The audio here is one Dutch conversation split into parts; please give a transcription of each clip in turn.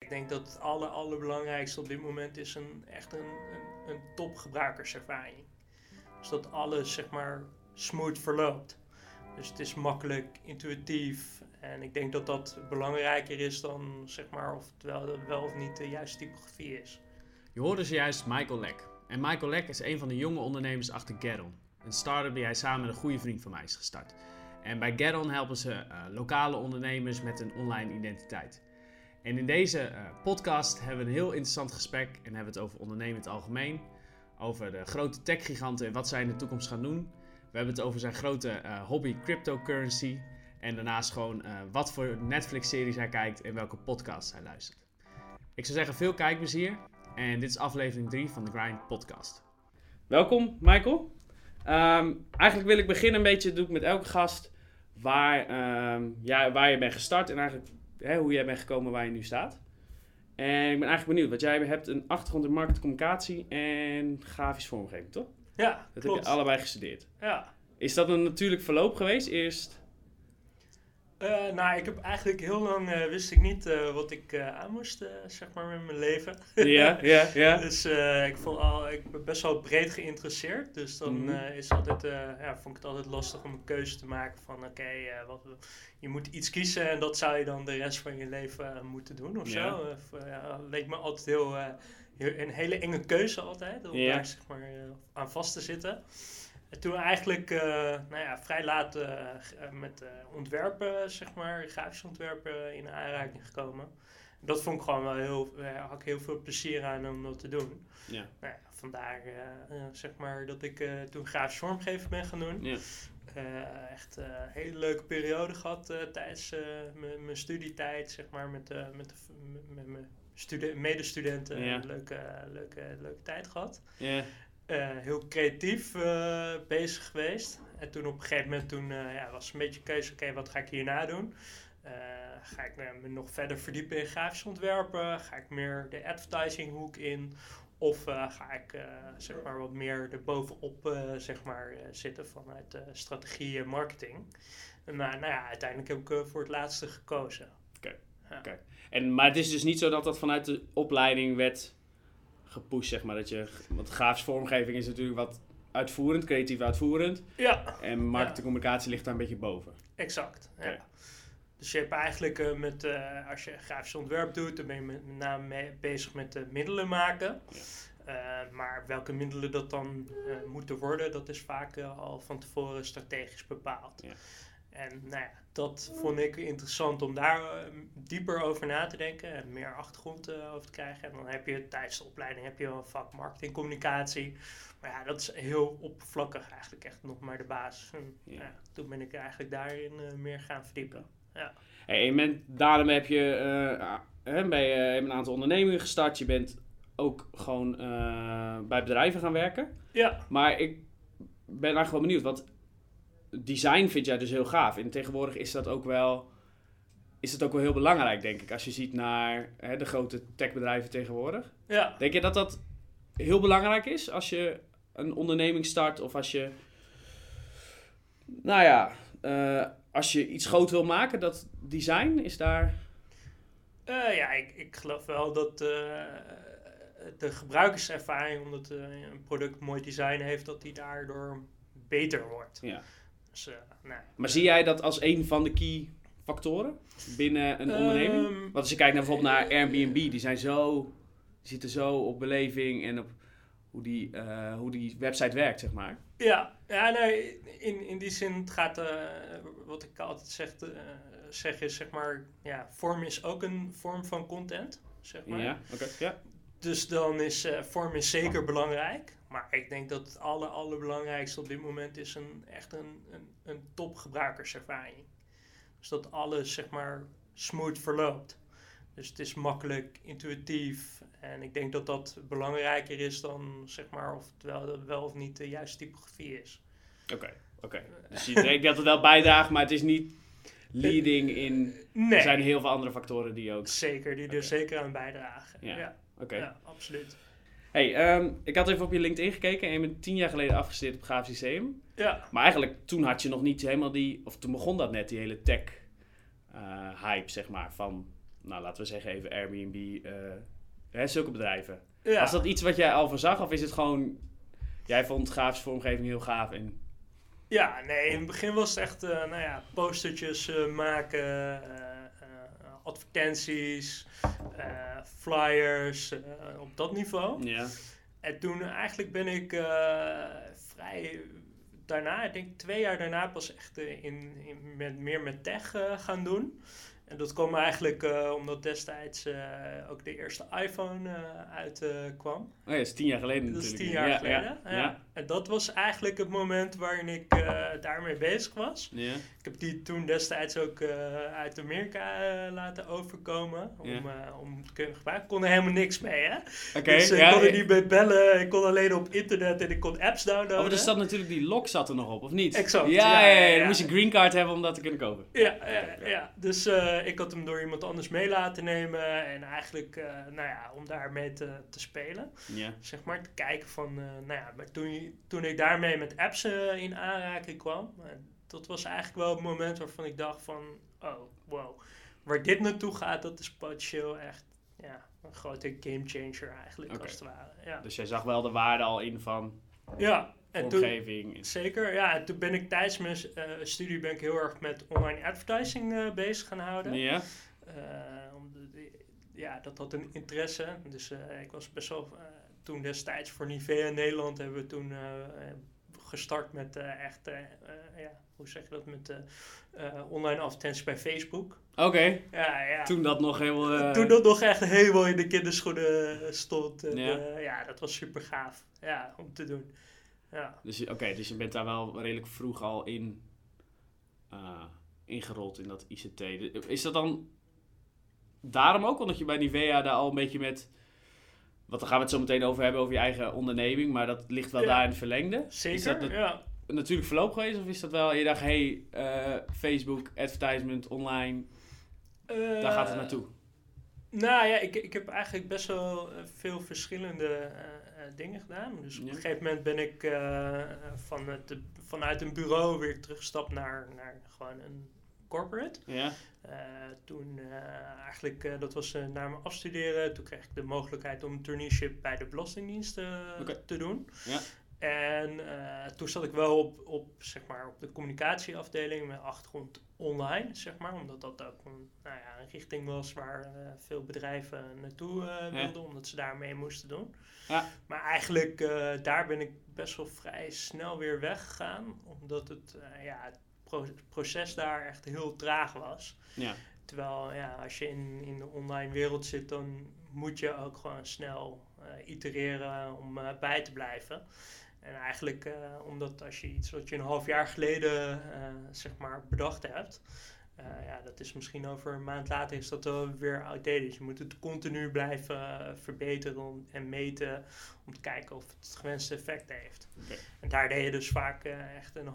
denk dat het allerbelangrijkste op dit moment is echt een top gebruikerservaring. Dus dat alles zeg maar smooth verloopt. Dus het is makkelijk, intuïtief. En ik denk dat dat belangrijker is dan zeg maar of het wel of niet de juiste typografie is. Je hoorde zojuist Michael Lek. En Michael Lek is een van de jonge ondernemers achter Geron. Een start-up die hij samen met een goede vriend van mij is gestart. En bij Geron helpen ze lokale ondernemers met een online identiteit. En in deze podcast hebben we een heel interessant gesprek en hebben we het over ondernemen in het algemeen. Over de grote techgiganten en wat zij in de toekomst gaan doen. We hebben het over zijn grote hobby cryptocurrency. En daarnaast gewoon wat voor Netflix-series hij kijkt en welke podcasts hij luistert. Ik zou zeggen veel kijkplezier. En dit is aflevering 3 van de Grind podcast. Welkom Michael. Eigenlijk wil ik beginnen een beetje, doe ik met elke gast, waar je bent gestart en eigenlijk hoe jij bent gekomen waar je nu staat. En ik ben eigenlijk benieuwd, want jij hebt een achtergrond in marketingcommunicatie en grafisch vormgeving, toch? Ja, dat klopt. heb je allebei gestudeerd. Ja. Is dat een natuurlijk verloop geweest eerst? Ik heb eigenlijk heel lang wist ik niet wat ik aan moest, zeg maar, met mijn leven. Ja. Dus ik ben best wel breed geïnteresseerd. Dus dan vond ik het altijd lastig om een keuze te maken van je moet iets kiezen en dat zou je dan de rest van je leven moeten doen of zo. Leek me altijd een hele enge keuze altijd, om daar zeg maar aan vast te zitten. En toen eigenlijk vrij laat met ontwerpen, zeg maar, grafisch ontwerpen in aanraking gekomen. Dat vond ik gewoon wel had ik heel veel plezier aan om dat te doen. Ja. Vandaar zeg maar dat ik toen grafisch vormgeven ben gaan doen. Ja. Echt een hele leuke periode gehad tijdens mijn studietijd, zeg maar, met mijn medestudenten. Ja. Een leuke tijd gehad. Ja. Heel creatief bezig geweest. En toen op een gegeven moment was een beetje keuze, wat ga ik hierna doen? Ga ik me nog verder verdiepen in grafisch ontwerpen? Ga ik meer de advertising hoek in? Of ga ik zeg maar wat meer erbovenop zitten vanuit strategie en marketing? En uiteindelijk heb ik voor het laatste gekozen. Oké. Maar het is dus niet zo dat vanuit de opleiding werd gepusht, zeg maar, want grafisch vormgeving is natuurlijk wat uitvoerend, creatief uitvoerend. Ja. En marketingcommunicatie ligt daar een beetje boven. Exact, ja. Dus je hebt eigenlijk als je grafisch ontwerp doet, dan ben je met name bezig met middelen maken. Ja. Maar welke middelen dat dan moeten worden, dat is vaak al van tevoren strategisch bepaald. Ja. En dat vond ik interessant om daar dieper over na te denken en meer achtergrond over te krijgen. En dan heb je tijdens de opleiding een vak marketingcommunicatie. Maar dat is heel oppervlakkig eigenlijk, echt nog maar de basis. En, toen ben ik eigenlijk daarin meer gaan verdiepen. Ja. En daarom heb je bij een aantal ondernemingen gestart. Je bent ook gewoon bij bedrijven gaan werken. Ja. Maar ik ben eigenlijk wel benieuwd, want design vind jij dus heel gaaf. En tegenwoordig is dat ook wel heel belangrijk, denk ik. Als je ziet naar de grote techbedrijven tegenwoordig. Ja. Denk je dat dat heel belangrijk is als je een onderneming start? Of als je als je iets groot wil maken, dat design is daar? Ik geloof wel dat de gebruikerservaring, omdat een product mooi design heeft, dat die daardoor beter wordt. Ja. Dus, maar zie jij dat als een van de key factoren binnen een onderneming? Want als je kijkt bijvoorbeeld naar Airbnb, die zitten zo op beleving en op hoe die website werkt, zeg maar. In die zin het gaat, wat ik altijd zeg is, zeg maar, vorm is ook een vorm van content, zeg maar. Ja, oké. Ja. Dus dan is vorm is zeker belangrijk. Maar ik denk dat het allerbelangrijkste op dit moment is echt een top gebruikerservaring. Dus dat alles, zeg maar, smooth verloopt. Dus het is makkelijk, intuïtief. En ik denk dat dat belangrijker is dan, zeg maar, of het wel of niet de juiste typografie is. Oké. Dus je denkt dat het wel bijdraagt, maar het is niet leading in. Nee. Er zijn heel veel andere factoren die ook. Zeker, die er zeker aan bijdragen. Ja. Ja, absoluut. Hey, ik had even op je LinkedIn gekeken en je bent 10 jaar geleden afgestudeerd op Grafisch Lyceum. Ja. Maar eigenlijk toen had je nog niet helemaal toen begon dat net, die hele tech hype, zeg maar, van nou laten we zeggen even Airbnb, zulke bedrijven. Ja. Was dat iets wat jij al voorzag of is het gewoon, jij vond grafische vormgeving heel gaaf en... Ja, nee, in het begin was het echt, postertjes maken, advertenties, flyers, op dat niveau. Ja. En toen eigenlijk ben ik vrij daarna, ik denk 2 jaar daarna pas echt meer met tech gaan doen. En dat kwam eigenlijk omdat destijds ook de eerste iPhone uitkwam. Oh ja, dat is 10 jaar geleden Dat is natuurlijk. 10 jaar geleden. Ja. Ja. En dat was eigenlijk het moment waarin ik daarmee bezig was. Ja. Ik heb die toen destijds ook uit Amerika laten overkomen om te kunnen gebruiken. Ik kon er helemaal niks mee, hè. Okay, dus ik kon er niet mee bellen. Ik kon alleen op internet en ik kon apps downloaden. Oh, maar er zat natuurlijk die lock zat er nog op, of niet? Exact. Ja. Dan moest je een green card hebben om dat te kunnen kopen. Ja. Dus ik had hem door iemand anders mee laten nemen. En eigenlijk, om daarmee te spelen. Ja. Zeg maar, te kijken van, maar toen ik daarmee met apps in aanraking kwam, dat was eigenlijk wel het moment waarvan ik dacht van, oh, wow, waar dit naartoe gaat, dat is potentieel echt, een grote gamechanger eigenlijk, als het ware. Ja. Dus jij zag wel de waarde al in van vormgeving. Zeker, ja. En toen ben ik tijdens mijn studie heel erg met online advertising bezig gaan houden. Ja. Dat had een interesse. Dus ik was best wel... toen destijds voor Nivea in Nederland hebben we toen gestart met hoe zeg je dat? Met online advertenties bij Facebook. Oké. Ja. Toen dat nog helemaal... Toen dat nog echt helemaal in de kinderschoenen stond. En, dat was super gaaf. Ja, om te doen. Ja. Dus je bent daar wel redelijk vroeg al ingerold in dat ICT. Is dat dan daarom ook? Omdat je bij Nivea daar al een beetje met... Want daar gaan we het zo meteen over hebben, over je eigen onderneming. Maar dat ligt wel daar in het verlengde. Zeker, is dat natuurlijk verloop geweest? Of is dat wel... Je dacht, Facebook, advertisement, online. Daar gaat het naartoe. Nou ja, ik heb eigenlijk best wel veel verschillende dingen gedaan. Dus op een gegeven moment ben ik vanuit een bureau weer teruggestapt naar gewoon een corporate. Ja. Toen dat was na mijn afstuderen. Toen kreeg ik de mogelijkheid om een traineeship bij de Belastingdienst te doen. Ja. En toen zat ik wel op de communicatieafdeling met achtergrond online, zeg maar. Omdat dat ook een richting was waar veel bedrijven naartoe wilden. Omdat ze daarmee moesten doen. Ja. Maar eigenlijk daar ben ik best wel vrij snel weer weggegaan. Omdat het proces daar echt heel traag was. Ja. Terwijl als je in de online wereld zit, dan moet je ook gewoon snel itereren om bij te blijven. En eigenlijk omdat als je iets wat je een half jaar geleden bedacht hebt, dat is misschien over een maand later is dat wel weer outdated. Je moet het continu blijven verbeteren en meten om te kijken of het het gewenste effect heeft. Okay. En daar deed je dus vaak echt een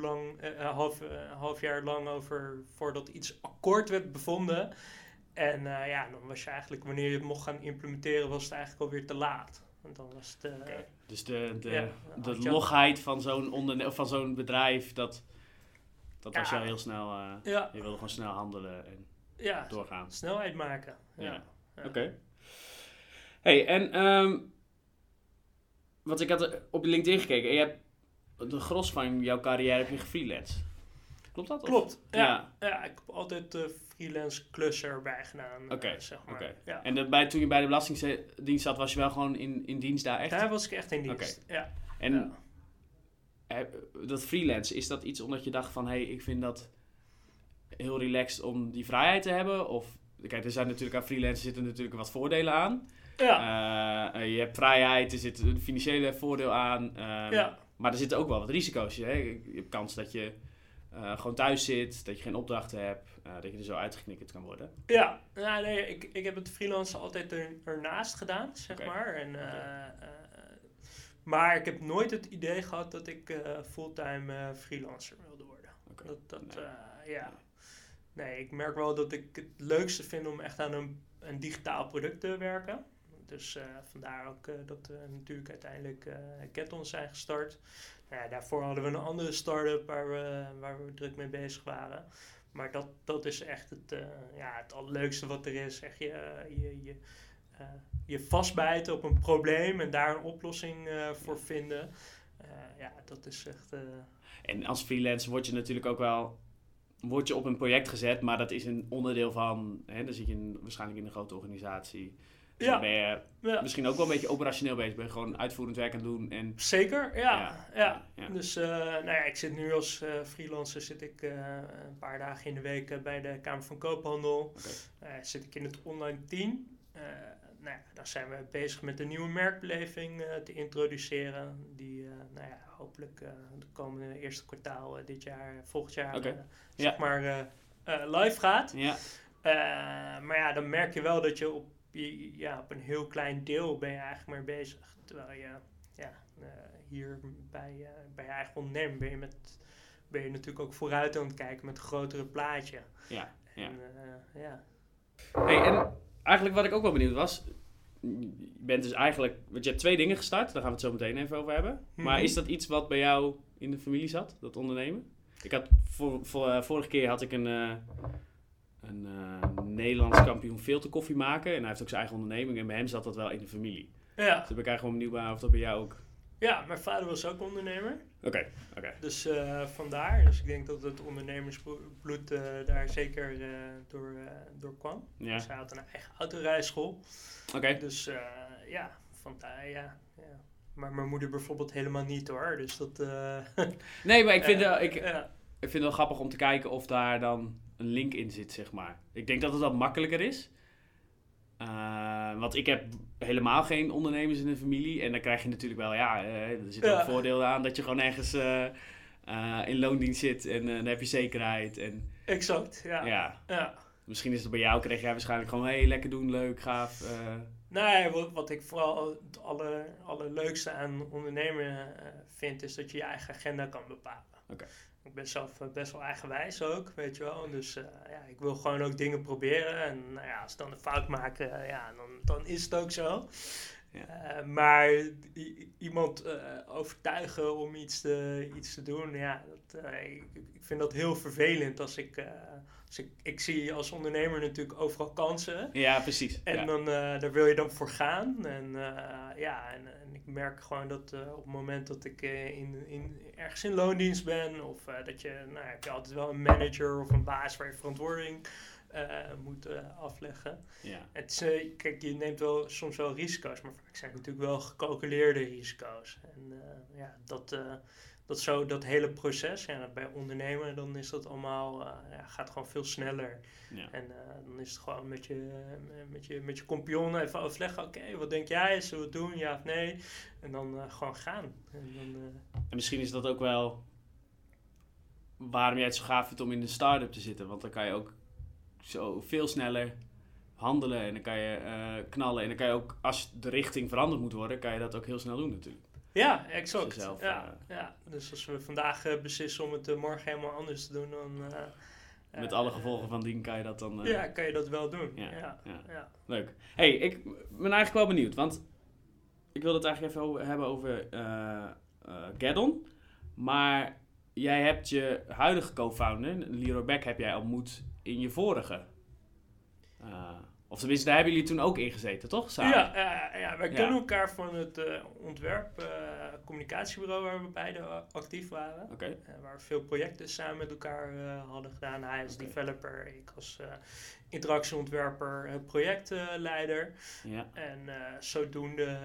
half jaar lang over voordat iets akkoord werd bevonden. En dan was je eigenlijk, wanneer je het mocht gaan implementeren, was het eigenlijk alweer te laat. Want dan was het... Dus de logheid van van zo'n bedrijf, dat was jou heel snel... Je wilde gewoon snel handelen en doorgaan. Snelheid maken. Ja. Oké. Hey, en... want ik had op je LinkedIn gekeken en je hebt de gros van jouw carrière heb je gefreelanced. Klopt dat? Klopt, ja. Ik heb altijd freelance klusser erbij gedaan. Oké. Ja. En toen je bij de Belastingdienst zat, was je wel gewoon in dienst daar echt? Daar was ik echt in dienst, ja. En dat freelance, is dat iets omdat je dacht van... ik vind dat heel relaxed om die vrijheid te hebben? Of, kijk, er zijn natuurlijk aan freelancers zitten natuurlijk wat voordelen aan. Ja. Je hebt vrijheid, er zit een financiële voordeel aan. Maar er zitten ook wel wat risico's. Hè? Je hebt kans dat je gewoon thuis zit, dat je geen opdrachten hebt, dat je er zo uitgeknikkerd kan worden. Ja, ik heb het freelancen altijd ernaast gedaan, zeg maar. En, maar ik heb nooit het idee gehad dat ik fulltime freelancer wilde worden. Nee, ik merk wel dat ik het leukste vind om echt aan een digitaal product te werken. Dus vandaar ook dat we natuurlijk uiteindelijk Get-On zijn gestart. Daarvoor hadden we een andere start-up waar we druk mee bezig waren. Maar dat is echt het allerleukste wat er is. Echt je vastbijten op een probleem en daar een oplossing voor vinden. Dat is echt... En als freelancer word je natuurlijk ook wel... Word je op een project gezet, maar dat is een onderdeel van... Dan zit je waarschijnlijk in een grote organisatie. Dus dan ben je misschien ook wel een beetje operationeel bezig. Ben je gewoon uitvoerend werk aan het doen. En... Zeker, ja. Dus ik zit nu als freelancer een paar dagen in de week bij de Kamer van Koophandel. Zit ik in het online team. Dan zijn we bezig met een nieuwe merkbeleving te introduceren. Die hopelijk de komende eerste kwartaal volgend jaar live gaat. Ja. Maar dan merk je wel dat je op een heel klein deel ben je eigenlijk maar bezig. Terwijl je hier bij je eigen onderneming ben je natuurlijk ook vooruit aan het kijken met een grotere plaatje. Ja. Hey, en eigenlijk wat ik ook wel benieuwd was... Je bent dus eigenlijk... Want je hebt 2 dingen gestart. Daar gaan we het zo meteen even over hebben. Mm-hmm. Maar is dat iets wat bij jou in de familie zat? Dat ondernemen? Ik had vorige keer had ik een Nederlands kampioen filterkoffie maken. En hij heeft ook zijn eigen onderneming. En bij hem zat dat wel in de familie. Ja. Dus ben ik eigenlijk wel benieuwd of dat bij jou ook... Ja, mijn vader was ook ondernemer. Oké. Dus vandaar. Dus ik denk dat het ondernemersbloed daar zeker door kwam. Ja. Dus hij had een eigen autorijschool. Oké. Dus vandaar, ja. Maar mijn moeder bijvoorbeeld helemaal niet hoor. Dus dat... Nee, maar ik vind het wel grappig om te kijken of daar dan een link in zit, zeg maar. Ik denk dat het wat makkelijker is. Want ik heb helemaal geen ondernemers in de familie. En dan krijg je natuurlijk wel, er zit ook een voordeel aan dat je gewoon ergens in loondienst zit. En dan heb je zekerheid. En, exact, ja. Misschien is het bij jou, kreeg jij waarschijnlijk gewoon, lekker doen, leuk, gaaf. Nee, wat ik vooral het allerleukste aan ondernemen vind, is dat je je eigen agenda kan bepalen. Okay. Ik ben zelf best wel eigenwijs ook, weet je wel. Dus ik wil gewoon ook dingen proberen. En als ze dan een fout maken, dan is het ook zo. Ja. Maar iemand overtuigen om iets te doen, ik vind dat heel vervelend als ik zie als ondernemer natuurlijk overal kansen. Ja, precies. En dan daar wil je dan voor gaan. En ik merk gewoon dat op het moment dat ik ergens in loondienst ben, of dat heb je altijd wel een manager of een baas waar je verantwoording moet afleggen. Ja. Kijk, je neemt wel soms wel risico's, maar vaak zijn het natuurlijk wel gecalculeerde risico's. En dat hele proces, bij ondernemen, dan is dat allemaal, gaat gewoon veel sneller. Ja. En dan is het gewoon met je compagnon even overleggen, oké, wat denk jij, zullen we het doen, ja of nee? En dan gewoon gaan. En misschien is dat ook wel waarom jij het zo gaaf vindt om in de start-up te zitten, want dan kan je ook zo veel sneller handelen en dan kan je knallen. En dan kan je ook, als de richting veranderd moet worden, kan je dat ook heel snel doen natuurlijk. Ja, exact. Zelf, Dus als we vandaag beslissen om het morgen helemaal anders te doen, dan... met alle gevolgen van dien kan je dat dan... kan je dat wel doen. Ja. Leuk. Hey, ik ben eigenlijk wel benieuwd, want ik wil het eigenlijk even hebben over Gaddon. Maar jij hebt je huidige co-founder, Leroy Beck, heb jij ontmoet in je vorige... Of tenminste, daar hebben jullie toen ook in gezeten, toch? Samen? Wij kennen elkaar van het communicatiebureau waar we beide actief waren. Okay. Waar we veel projecten samen met elkaar hadden gedaan. Hij als developer, ik als interactieontwerper, projectleider. Ja. En zodoende,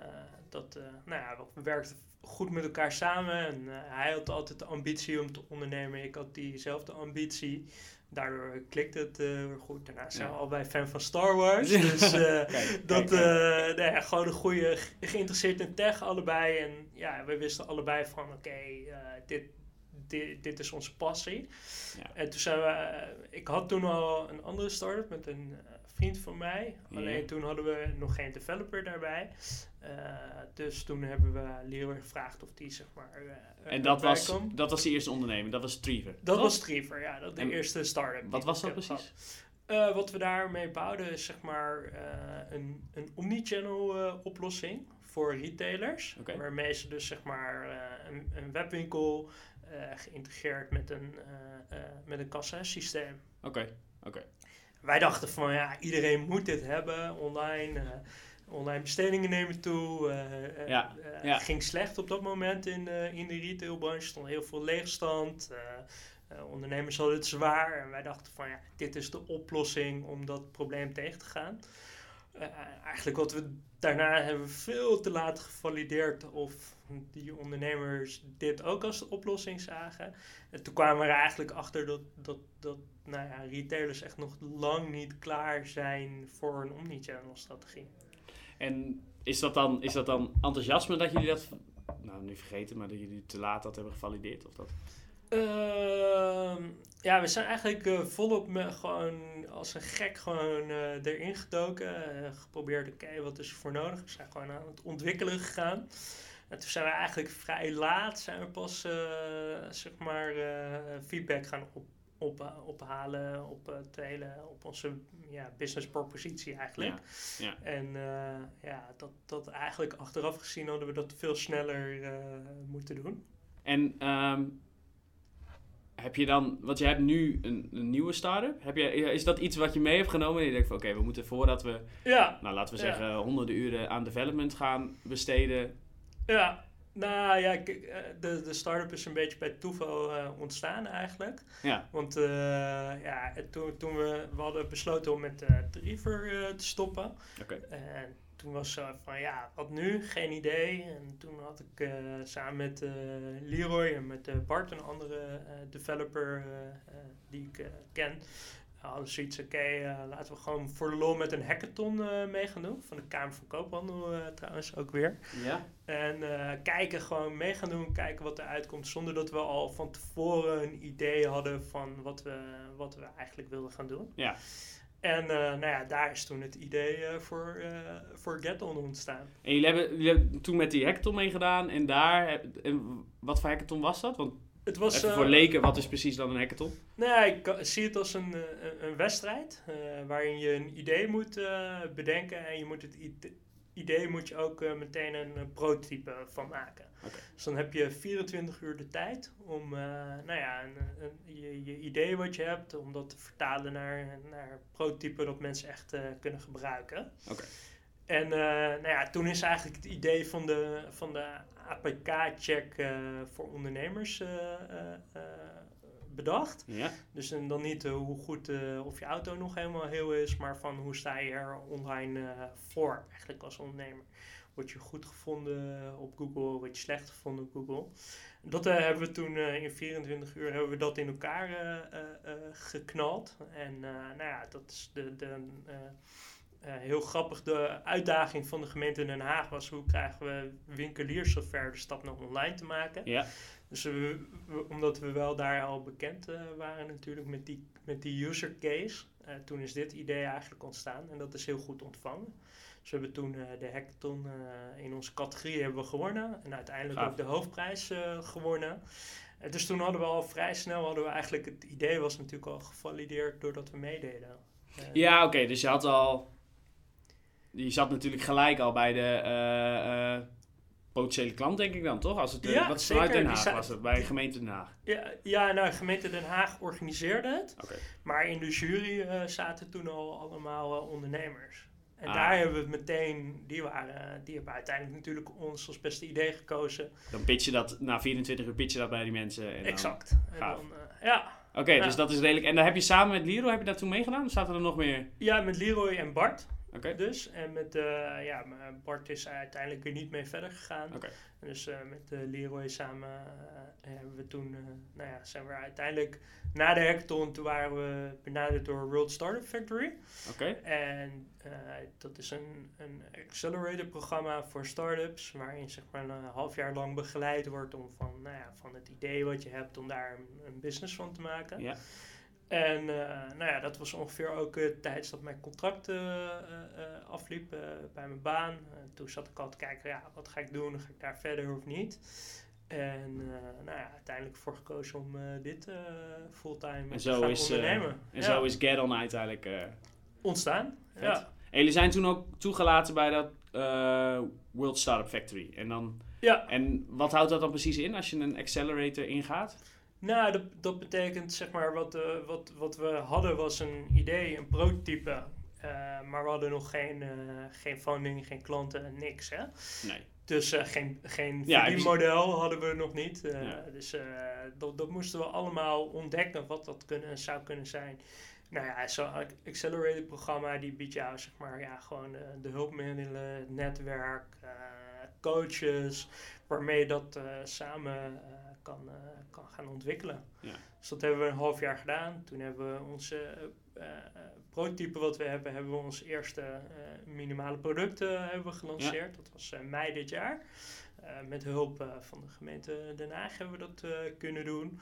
we werkten goed met elkaar samen. En hij had altijd de ambitie om te ondernemen. Ik had diezelfde ambitie. Daardoor klikt het goed. Daarnaast zijn we allebei fan van Star Wars. Dus gewoon een goede geïnteresseerd in tech allebei. En we wisten allebei van dit is onze passie. Ja. En toen ik had toen al een andere start-up met een vriend van mij. Alleen toen hadden we nog geen developer daarbij. Dus toen hebben we Leroy gevraagd of die zeg maar... en dat was de eerste onderneming, dat was Triever? Dat was Triever, ja. Dat de eerste start-up. Wat was dat precies? Wat we daarmee bouwden is zeg maar een omnichannel oplossing voor retailers. Okay. Waarmee ze dus zeg maar een webwinkel geïntegreerd met een kassasysteem. Oké. Wij dachten van ja, iedereen moet dit hebben online. Online bestedingen nemen toe. Ging slecht op dat moment in de retailbranche. Er stond heel veel leegstand. Ondernemers hadden het zwaar. En wij dachten van ja, dit is de oplossing om dat probleem tegen te gaan. Eigenlijk wat we daarna hebben veel te laat gevalideerd of die ondernemers dit ook als de oplossing zagen. En toen kwamen we er eigenlijk achter dat retailers echt nog lang niet klaar zijn voor een omnichannel strategie. En is dat dan enthousiasme dat jullie dat, nu vergeten, maar dat jullie te laat dat hebben gevalideerd? Of dat? We zijn eigenlijk volop gewoon als een gek erin gedoken. Geprobeerd, wat is er voor nodig? We zijn gewoon aan het ontwikkelen gegaan. En toen zijn we eigenlijk vrij laat, pas feedback gaan ophalen op onze business propositie eigenlijk. Ja. En dat eigenlijk achteraf gezien hadden we dat veel sneller moeten doen. En heb je dan, want je hebt nu een nieuwe start-up. Is dat iets wat je mee hebt genomen en je denkt van oké, we moeten voordat we, laten we zeggen, honderden uren aan development gaan besteden. Ja, de start-up is een beetje bij toeval ontstaan eigenlijk. Ja. Want toen we hadden besloten om met Triever te stoppen. Oké. En toen was zo van wat nu? Geen idee. En toen had ik samen met Leroy en met Bart, een andere developer die ik ken, hadden zoiets, laten we gewoon voor de lol met een hackathon mee gaan doen. Van de Kamer van Koophandel trouwens ook weer. Ja. En mee gaan doen, kijken wat eruit komt, zonder dat we al van tevoren een idee hadden van wat we eigenlijk wilden gaan doen. Ja. En daar is toen het idee voor Geton ontstaan. En jullie hebben toen met die hackathon meegedaan en wat voor hackathon was dat? Want het was, even voor leken, wat is precies dan een hackathon? Ik zie het als een wedstrijd waarin je een idee moet bedenken en je moet het idee moet je ook meteen een prototype van maken. Okay. Dus dan heb je 24 uur de tijd om je idee wat je hebt, om dat te vertalen naar een prototype dat mensen echt kunnen gebruiken. Okay. En toen is eigenlijk het idee van de APK-check voor ondernemers bedacht. Ja. Dus dan niet hoe goed of je auto nog helemaal heel is, maar van hoe sta je er online voor eigenlijk als ondernemer. Word je goed gevonden op Google, word je slecht gevonden op Google. Dat hebben we toen in 24 uur hebben we dat in elkaar geknald. En dat is heel grappig. De uitdaging van de gemeente Den Haag was: hoe krijgen we winkeliers zover de stap naar online te maken? Ja. Dus omdat we wel daar al bekend waren natuurlijk met die user case, toen is dit idee eigenlijk ontstaan en dat is heel goed ontvangen. Dus we hebben toen de hackathon in onze categorie hebben we gewonnen en uiteindelijk ook de hoofdprijs gewonnen. Dus toen hadden we al vrij snel, eigenlijk het idee was natuurlijk al gevalideerd doordat we meededen. Oké, dus je zat natuurlijk gelijk al bij de potentiële klant, denk ik dan, toch? Als het, wat is vanuit Den Haag was het, bij gemeente Den Haag? Gemeente Den Haag organiseerde het. Okay. Maar in de jury zaten toen al allemaal ondernemers. En daar hebben we meteen, die hebben uiteindelijk natuurlijk ons als beste idee gekozen. Dan pitch je dat, na 24 uur pitch je dat bij die mensen. En exact. Gaaf. En dan, Oké, dus dat is redelijk. En dan heb je samen met Leroy, heb je daar toen meegedaan? Of zaten er nog meer? Ja, met Leroy en Bart. Okay. Dus. En met Bart is uiteindelijk weer niet mee verder gegaan. Okay. Dus met Leroy samen hebben we toen, zijn we uiteindelijk na de hackathon, toen waren we benaderd door World Startup Factory. Okay. En dat is een accelerator programma voor startups, waarin zeg maar een half jaar lang begeleid wordt om van het idee wat je hebt, om daar een business van te maken. Ja. En dat was ongeveer ook tijdens dat mijn contract afliep bij mijn baan. Toen zat ik al te kijken, wat ga ik doen? Ga ik daar verder of niet? En uiteindelijk voor gekozen om dit fulltime te gaan ondernemen. Zo is Geton uiteindelijk ontstaan. Vet. Ja. En jullie zijn toen ook toegelaten bij dat World Startup Factory. En wat houdt dat dan precies in als je een accelerator ingaat? Nou, dat betekent zeg maar wat we hadden was een idee, een prototype. Maar we hadden nog geen funding, geen klanten, niks. Hè? Nee. Dus geen verdienmodel hadden we nog niet. Dus dat moesten we allemaal ontdekken wat dat zou kunnen zijn. Nou ja, zo'n accelerator programma die biedt jou zeg maar gewoon de hulpmiddelen, het netwerk, coaches, waarmee je dat samen kan gaan ontwikkelen. Ja. Dus dat hebben we een half jaar gedaan. Toen hebben we onze prototype wat we hebben we ons eerste minimale producten hebben we gelanceerd. Ja. Dat was mei dit jaar. Met hulp van de gemeente Den Haag hebben we dat kunnen doen.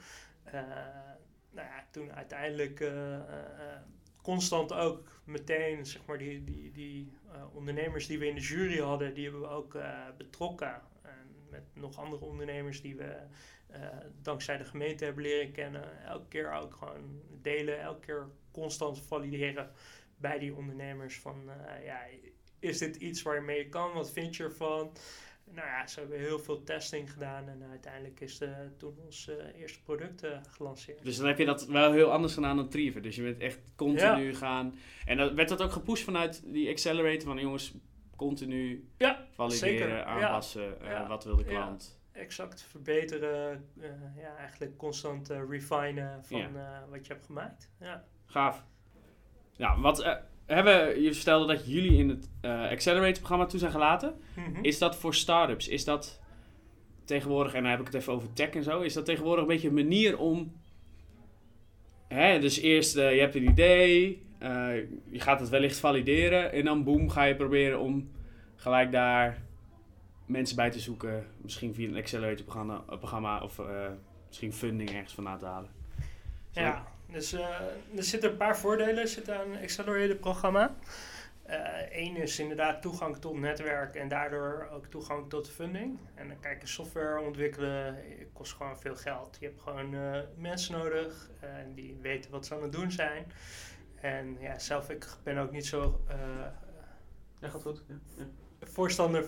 Toen uiteindelijk constant ook meteen zeg maar die ondernemers die we in de jury hadden, die hebben we ook betrokken. Met nog andere ondernemers die we dankzij de gemeente hebben leren kennen. Elke keer ook gewoon delen, elke keer constant valideren bij die ondernemers van is dit iets waar je mee kan? Wat vind je ervan? Nou ja, zo hebben we heel veel testing gedaan en uiteindelijk is toen ons eerste product gelanceerd. Dus dan heb je dat wel heel anders gedaan dan Triever. Dus je bent echt continu gaan. En dan werd dat ook gepusht vanuit die accelerator van jongens, continu valideren, zeker. Aanpassen, wat wil de klant? Ja, exact, verbeteren, eigenlijk constant refinen van wat je hebt gemaakt. Ja. Gaaf. Ja, je vertelde dat jullie in het Accelerator-programma toe zijn gelaten. Mm-hmm. Is dat voor startups? Is dat tegenwoordig, en dan heb ik het even over tech en zo, is dat tegenwoordig een beetje een manier om... dus eerst, je hebt een idee, je gaat het wellicht valideren en dan boem, ga je proberen om gelijk daar mensen bij te zoeken. Misschien via een Accelerator-programma of misschien funding ergens vandaan te halen. Ja. Dus er zitten een paar voordelen aan een accelerator-programma. Eén is inderdaad toegang tot netwerk en daardoor ook toegang tot funding. En dan kijk, software ontwikkelen kost gewoon veel geld. Je hebt gewoon mensen nodig die weten wat ze aan het doen zijn. En zelf, ik ben ook niet zo gaat goed. Ja. Voorstander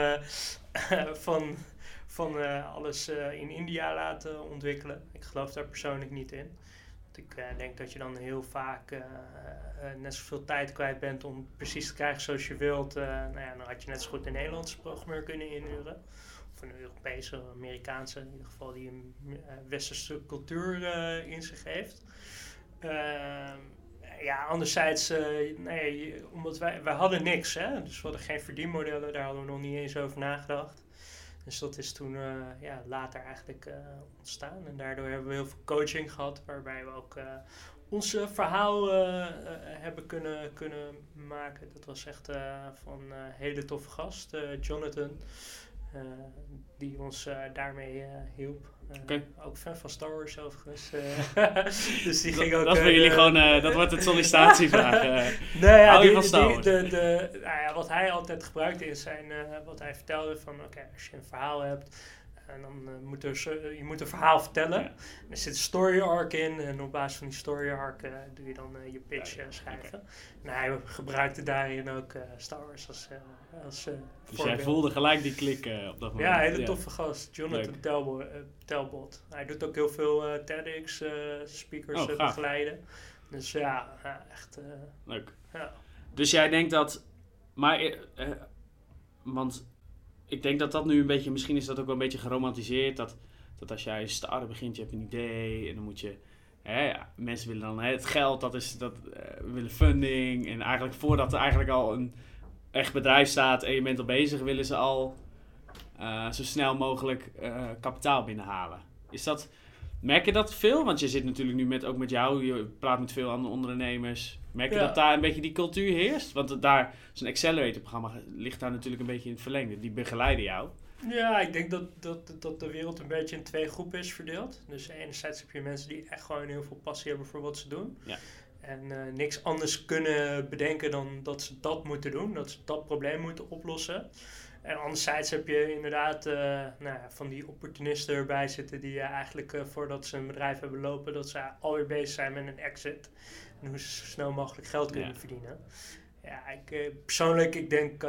van alles in India laten ontwikkelen. Ik geloof daar persoonlijk niet in. Ik denk dat je dan heel vaak net zoveel tijd kwijt bent om precies te krijgen zoals je wilt. Dan had je net zo goed een Nederlandse programmeur kunnen inhuren. Of een Europese, Amerikaanse, in ieder geval die een westerse cultuur in zich heeft. Anderzijds, omdat wij hadden niks. Hè? Dus we hadden geen verdienmodellen, daar hadden we nog niet eens over nagedacht. Dus dat is toen later eigenlijk ontstaan. En daardoor hebben we heel veel coaching gehad, waarbij we ook ons verhaal hebben kunnen maken. Dat was echt van een hele toffe gast, Jonathan, die ons daarmee hielp. Ook fan van Star Wars overigens. Dus die ging ook... Dat voor jullie gewoon, dat wordt het sollicitatievraag. Hou je van Star Wars? Wat hij altijd gebruikte in zijn, wat hij vertelde van, als je een verhaal hebt, en dan moet je moet een verhaal vertellen. Ja. Er zit een story arc in en op basis van die story arc doe je dan je pitch schrijven. Okay. En hij gebruikte daarin ook Star Wars als dus voorbeeld. jij voelde gelijk die klik op dat moment. Ja, hele toffe gast. Jonathan Talbot. Hij doet ook heel veel TEDx speakers begeleiden. Dus echt... leuk. Ja. Dus jij denkt dat... Maar... want... Ik denk dat nu een beetje, misschien is dat ook wel een beetje geromantiseerd, dat als jij een start-up begint, je hebt een idee en dan moet je, mensen willen dan het geld, willen funding en eigenlijk voordat er eigenlijk al een echt bedrijf staat en je bent al bezig, willen ze al zo snel mogelijk kapitaal binnenhalen. Merk je dat veel? Want je zit natuurlijk nu ook met jou, je praat met veel andere ondernemers. Merk je dat daar een beetje die cultuur heerst? Want zo'n accelerator-programma ligt daar natuurlijk een beetje in het verlengde. Die begeleiden jou. Ja, ik denk dat de wereld een beetje in twee groepen is verdeeld. Dus enerzijds heb je mensen die echt gewoon heel veel passie hebben voor wat ze doen. Ja. En niks anders kunnen bedenken dan dat ze dat moeten doen. Dat ze dat probleem moeten oplossen. En anderzijds heb je inderdaad van die opportunisten erbij zitten die eigenlijk voordat ze een bedrijf hebben lopen, dat ze alweer bezig zijn met een exit. En hoe ze zo snel mogelijk geld kunnen verdienen. Ja, persoonlijk, ik denk,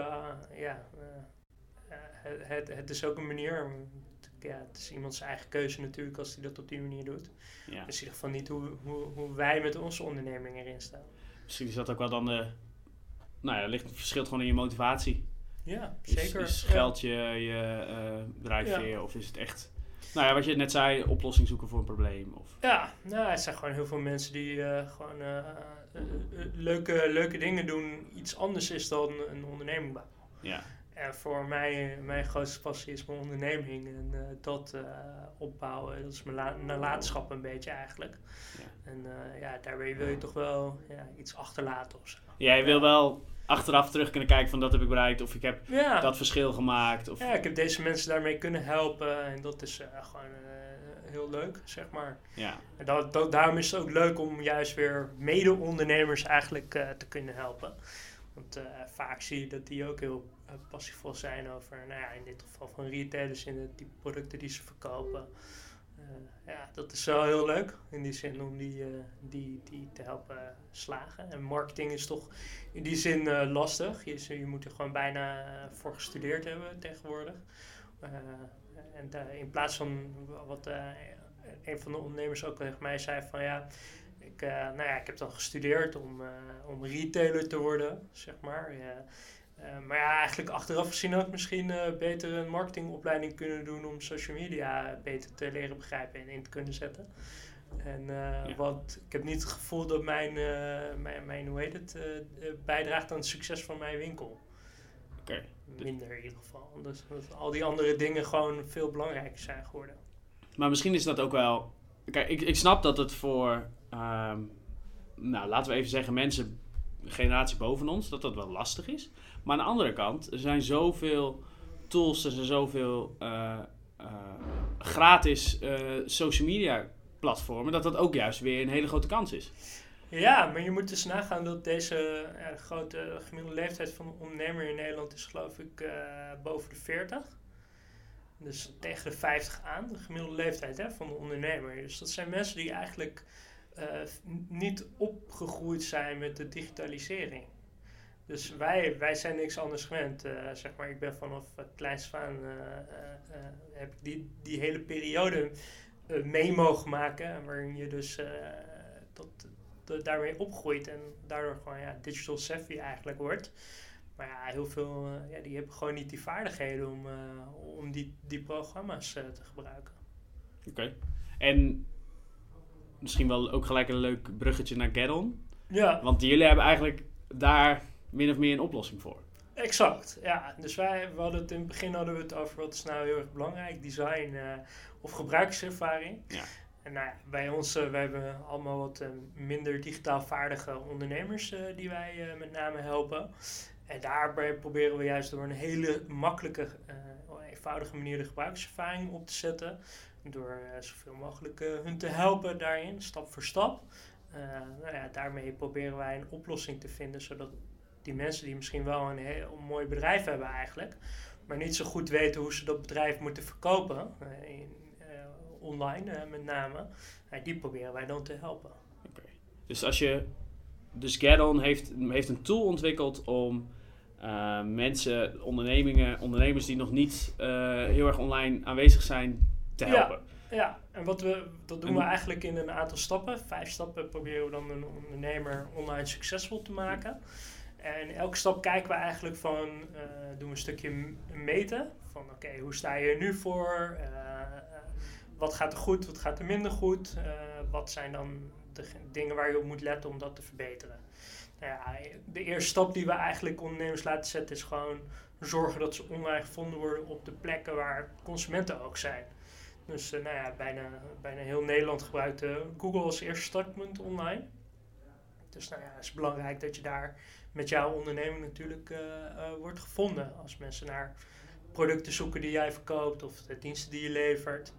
het is ook een manier. Ja, het is iemands eigen keuze natuurlijk als hij dat op die manier doet. Ja. Het is in ieder geval niet hoe wij met onze onderneming erin staan. Misschien is dat ook wel dan het verschilt gewoon in je motivatie. Ja, zeker. Is geld je drijfveer of is het echt... Nou ja, wat je net zei, oplossing zoeken voor een probleem. Of... Ja, het zijn gewoon heel veel mensen die gewoon leuke dingen doen. Iets anders is dan een onderneming bouwen. Ja. En voor mij, mijn grootste passie is mijn onderneming. En dat opbouwen, dat is mijn nalatenschap een beetje eigenlijk. Ja. En daarbij wil je toch wel iets achterlaten of zo. Ja, je wil wel achteraf terug kunnen kijken van dat heb ik bereikt. Of ik heb dat verschil gemaakt. Of... Ja, ik heb deze mensen daarmee kunnen helpen. En dat is gewoon heel leuk, zeg maar. Ja. En daarom is het ook leuk om juist weer mede-ondernemers eigenlijk te kunnen helpen. Want vaak zie je dat die ook heel passievol zijn over, in dit geval van retailers in de type producten die ze verkopen. Dat is wel heel leuk in die zin om die te helpen slagen. En marketing is toch in die zin lastig. Je moet er gewoon bijna voor gestudeerd hebben tegenwoordig. In plaats van wat een van de ondernemers ook tegen mij zei van ik heb dan gestudeerd om retailer te worden, zeg maar. Maar eigenlijk achteraf gezien ook misschien beter een marketingopleiding kunnen doen om social media beter te leren begrijpen en in te kunnen zetten. Want ik heb niet het gevoel dat mijn hoe heet het, bijdraagt aan het succes van mijn winkel. Okay. Minder in ieder geval. Dus dat al die andere dingen gewoon veel belangrijker zijn geworden. Maar misschien is dat ook wel... Kijk, ik snap dat het voor... laten we even zeggen, mensen, generatie boven ons, dat wel lastig is. Maar aan de andere kant, er zijn zoveel tools, er zijn zoveel gratis social media platformen, dat ook juist weer een hele grote kans is. Ja, maar je moet dus nagaan dat deze grote gemiddelde leeftijd van een ondernemer in Nederland is geloof ik boven de 40. Dus tegen de 50 aan, de gemiddelde leeftijd van de ondernemer. Dus dat zijn mensen die eigenlijk niet opgegroeid zijn met de digitalisering. Dus wij zijn niks anders gewend. Zeg maar, ik ben vanaf kleins af aan heb ik die hele periode mee mogen maken. Waarin je dus daarmee opgroeit en daardoor gewoon digital savvy eigenlijk wordt. Maar heel veel die hebben gewoon niet die vaardigheden om die programma's te gebruiken. Oké. En misschien wel ook gelijk een leuk bruggetje naar Get-On. Ja. Want jullie hebben eigenlijk daar min of meer een oplossing voor. Exact, ja. Dus we hadden het in het begin over wat is nou heel erg belangrijk, design of gebruikerservaring. Ja. En bij ons, wij hebben allemaal wat minder digitaal vaardige ondernemers die wij met name helpen. En daarbij proberen we juist door een hele makkelijke, eenvoudige manier de gebruikerservaring op te zetten. Door zoveel mogelijk hun te helpen daarin, stap voor stap. Daarmee proberen wij een oplossing te vinden, zodat die mensen die misschien wel een heel mooi bedrijf hebben eigenlijk, maar niet zo goed weten hoe ze dat bedrijf moeten verkopen, online met name, die proberen wij dan te helpen. Okay. Dus Get-On heeft een tool ontwikkeld om mensen, ondernemers die nog niet heel erg online aanwezig zijn, te helpen. Ja, en dat doen we eigenlijk in een aantal stappen. 5 stappen proberen we dan een ondernemer online succesvol te maken. En in elke stap kijken we eigenlijk van, doen we een stukje meten. Van oké, hoe sta je er nu voor? Wat gaat er goed, wat gaat er minder goed? Wat zijn dan de dingen waar je op moet letten om dat te verbeteren? De eerste stap die we eigenlijk ondernemers laten zetten is gewoon zorgen dat ze online gevonden worden op de plekken waar consumenten ook zijn. Dus bijna heel Nederland gebruikt Google als eerste startpunt online. Dus het is belangrijk dat je daar met jouw onderneming natuurlijk wordt gevonden. Als mensen naar producten zoeken die jij verkoopt of de diensten die je levert.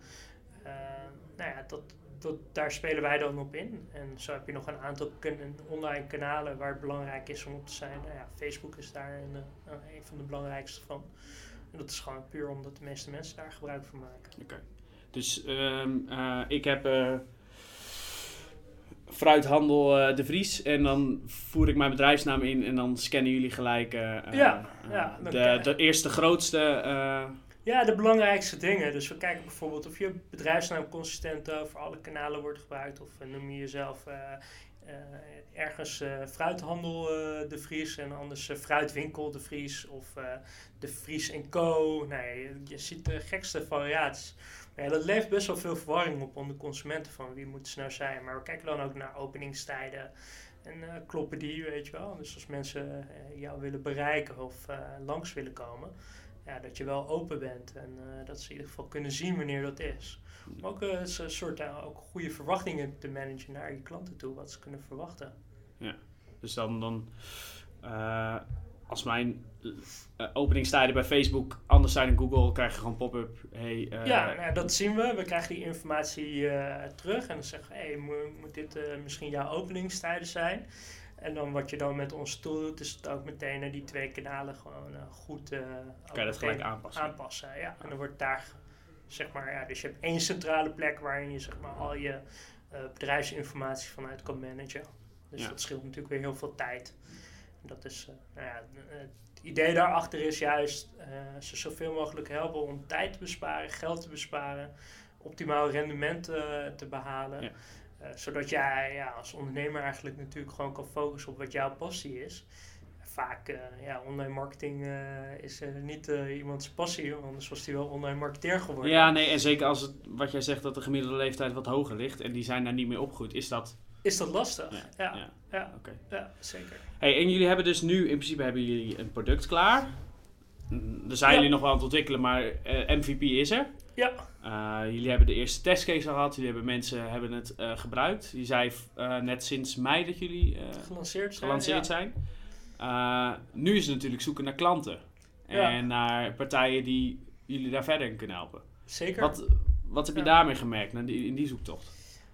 Daar spelen wij dan op in. En zo heb je nog een aantal online kanalen waar het belangrijk is om op te zijn. Facebook is daar een van de belangrijkste van. En dat is gewoon puur omdat de meeste mensen daar gebruik van maken. Okay. Dus ik heb fruithandel De Vries en dan voer ik mijn bedrijfsnaam in en dan scannen jullie gelijk de eerste grootste... Ja, de belangrijkste dingen. Dus we kijken bijvoorbeeld of je bedrijfsnaam consistent over alle kanalen wordt gebruikt. Of noem je jezelf ergens fruithandel De Vries en anders fruitwinkel De Vries of De Vries & Co. Nee, je ziet de gekste variaties. Maar ja, dat levert best wel veel verwarring op onder consumenten van wie moet het nou zijn. Maar we kijken dan ook naar openingstijden en kloppen die, weet je wel. Dus als mensen jou willen bereiken of langs willen komen... Ja, dat je wel open bent en dat ze in ieder geval kunnen zien wanneer dat is. Maar ook een soort ook goede verwachtingen te managen naar je klanten toe, wat ze kunnen verwachten. Ja, dus dan als mijn openingstijden bij Facebook anders zijn dan Google, krijg je gewoon pop-up. Dat zien we. We krijgen die informatie terug en dan zeggen we, moet dit misschien jouw openingstijden zijn? En dan wat je dan met ons tool doet, is het ook meteen naar die 2 kanalen gewoon goed kan je dat gelijk aanpassen? Ja. En dan wordt daar, zeg maar, dus je hebt 1 centrale plek waarin je zeg maar al je bedrijfsinformatie vanuit kan managen. Dus dat scheelt natuurlijk weer heel veel tijd. En dat is, het idee daarachter is juist ze zoveel mogelijk helpen om tijd te besparen, geld te besparen, optimaal rendement te behalen. Ja. Zodat jij als ondernemer eigenlijk natuurlijk gewoon kan focussen op wat jouw passie is. Vaak, online marketing is niet iemands passie, anders was hij wel online marketeer geworden. Ja, nee, en zeker als het, wat jij zegt, dat de gemiddelde leeftijd wat hoger ligt en die zijn daar niet meer opgegroeid, is dat... Is dat lastig? Ja, okay. Ja, zeker. Hey, en jullie hebben dus nu, in principe hebben jullie een product klaar. Daar zijn jullie nog wel aan het ontwikkelen, maar MVP is er. Ja. Jullie hebben de eerste testcase al gehad. Mensen hebben het gebruikt. Je zei net sinds mei dat jullie gelanceerd zijn. Nu is het natuurlijk zoeken naar klanten. En naar partijen die jullie daar verder in kunnen helpen. Zeker. Wat heb je daarmee gemerkt in die zoektocht?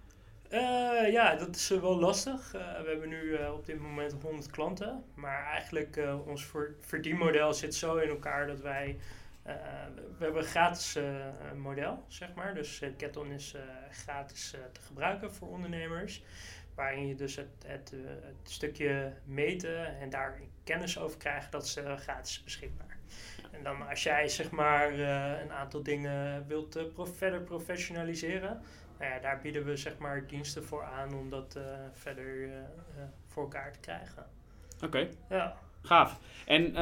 Dat is wel lastig. We hebben nu op dit moment 100 klanten. Maar eigenlijk ons verdienmodel zit zo in elkaar dat wij... we hebben een gratis model, zeg maar. Dus Get-On is gratis te gebruiken voor ondernemers. Waarin je dus het stukje meten en daar kennis over krijgt, dat is gratis beschikbaar. En dan als jij zeg maar een aantal dingen wilt verder professionaliseren, daar bieden we zeg maar diensten voor aan om dat verder voor elkaar te krijgen. Oké. Ja. Gaaf. En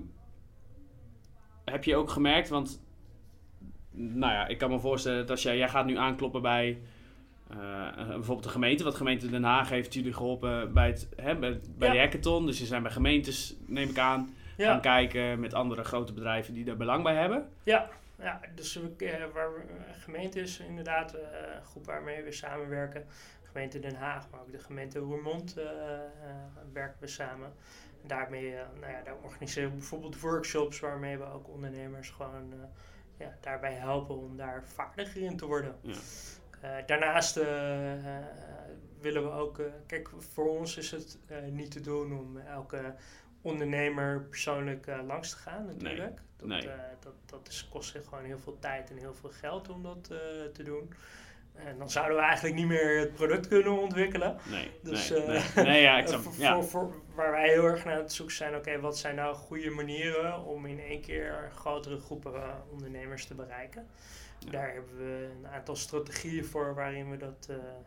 heb je ook gemerkt, want ik kan me voorstellen dat als jij gaat nu aankloppen bij bijvoorbeeld de gemeente, wat gemeente Den Haag heeft jullie geholpen bij de hackathon, dus je zijn bij gemeentes, neem ik aan, gaan kijken met andere grote bedrijven die daar belang bij hebben. Ja, dus gemeente is inderdaad een groep waarmee we samenwerken. Gemeente Den Haag, maar ook de gemeente Roermond werken we samen. En daarmee daar organiseren we bijvoorbeeld workshops waarmee we ook ondernemers gewoon daarbij helpen om daar vaardiger in te worden. Ja. Daarnaast willen we ook... kijk, voor ons is het niet te doen om elke ondernemer persoonlijk langs te gaan natuurlijk. Dat kost gewoon heel veel tijd en heel veel geld om dat te doen. En dan zouden we eigenlijk niet meer het product kunnen ontwikkelen. Waar wij heel erg naar het zoeken zijn, wat zijn nou goede manieren om in één keer grotere groepen ondernemers te bereiken. Ja. Daar hebben we een aantal strategieën voor waarin we dat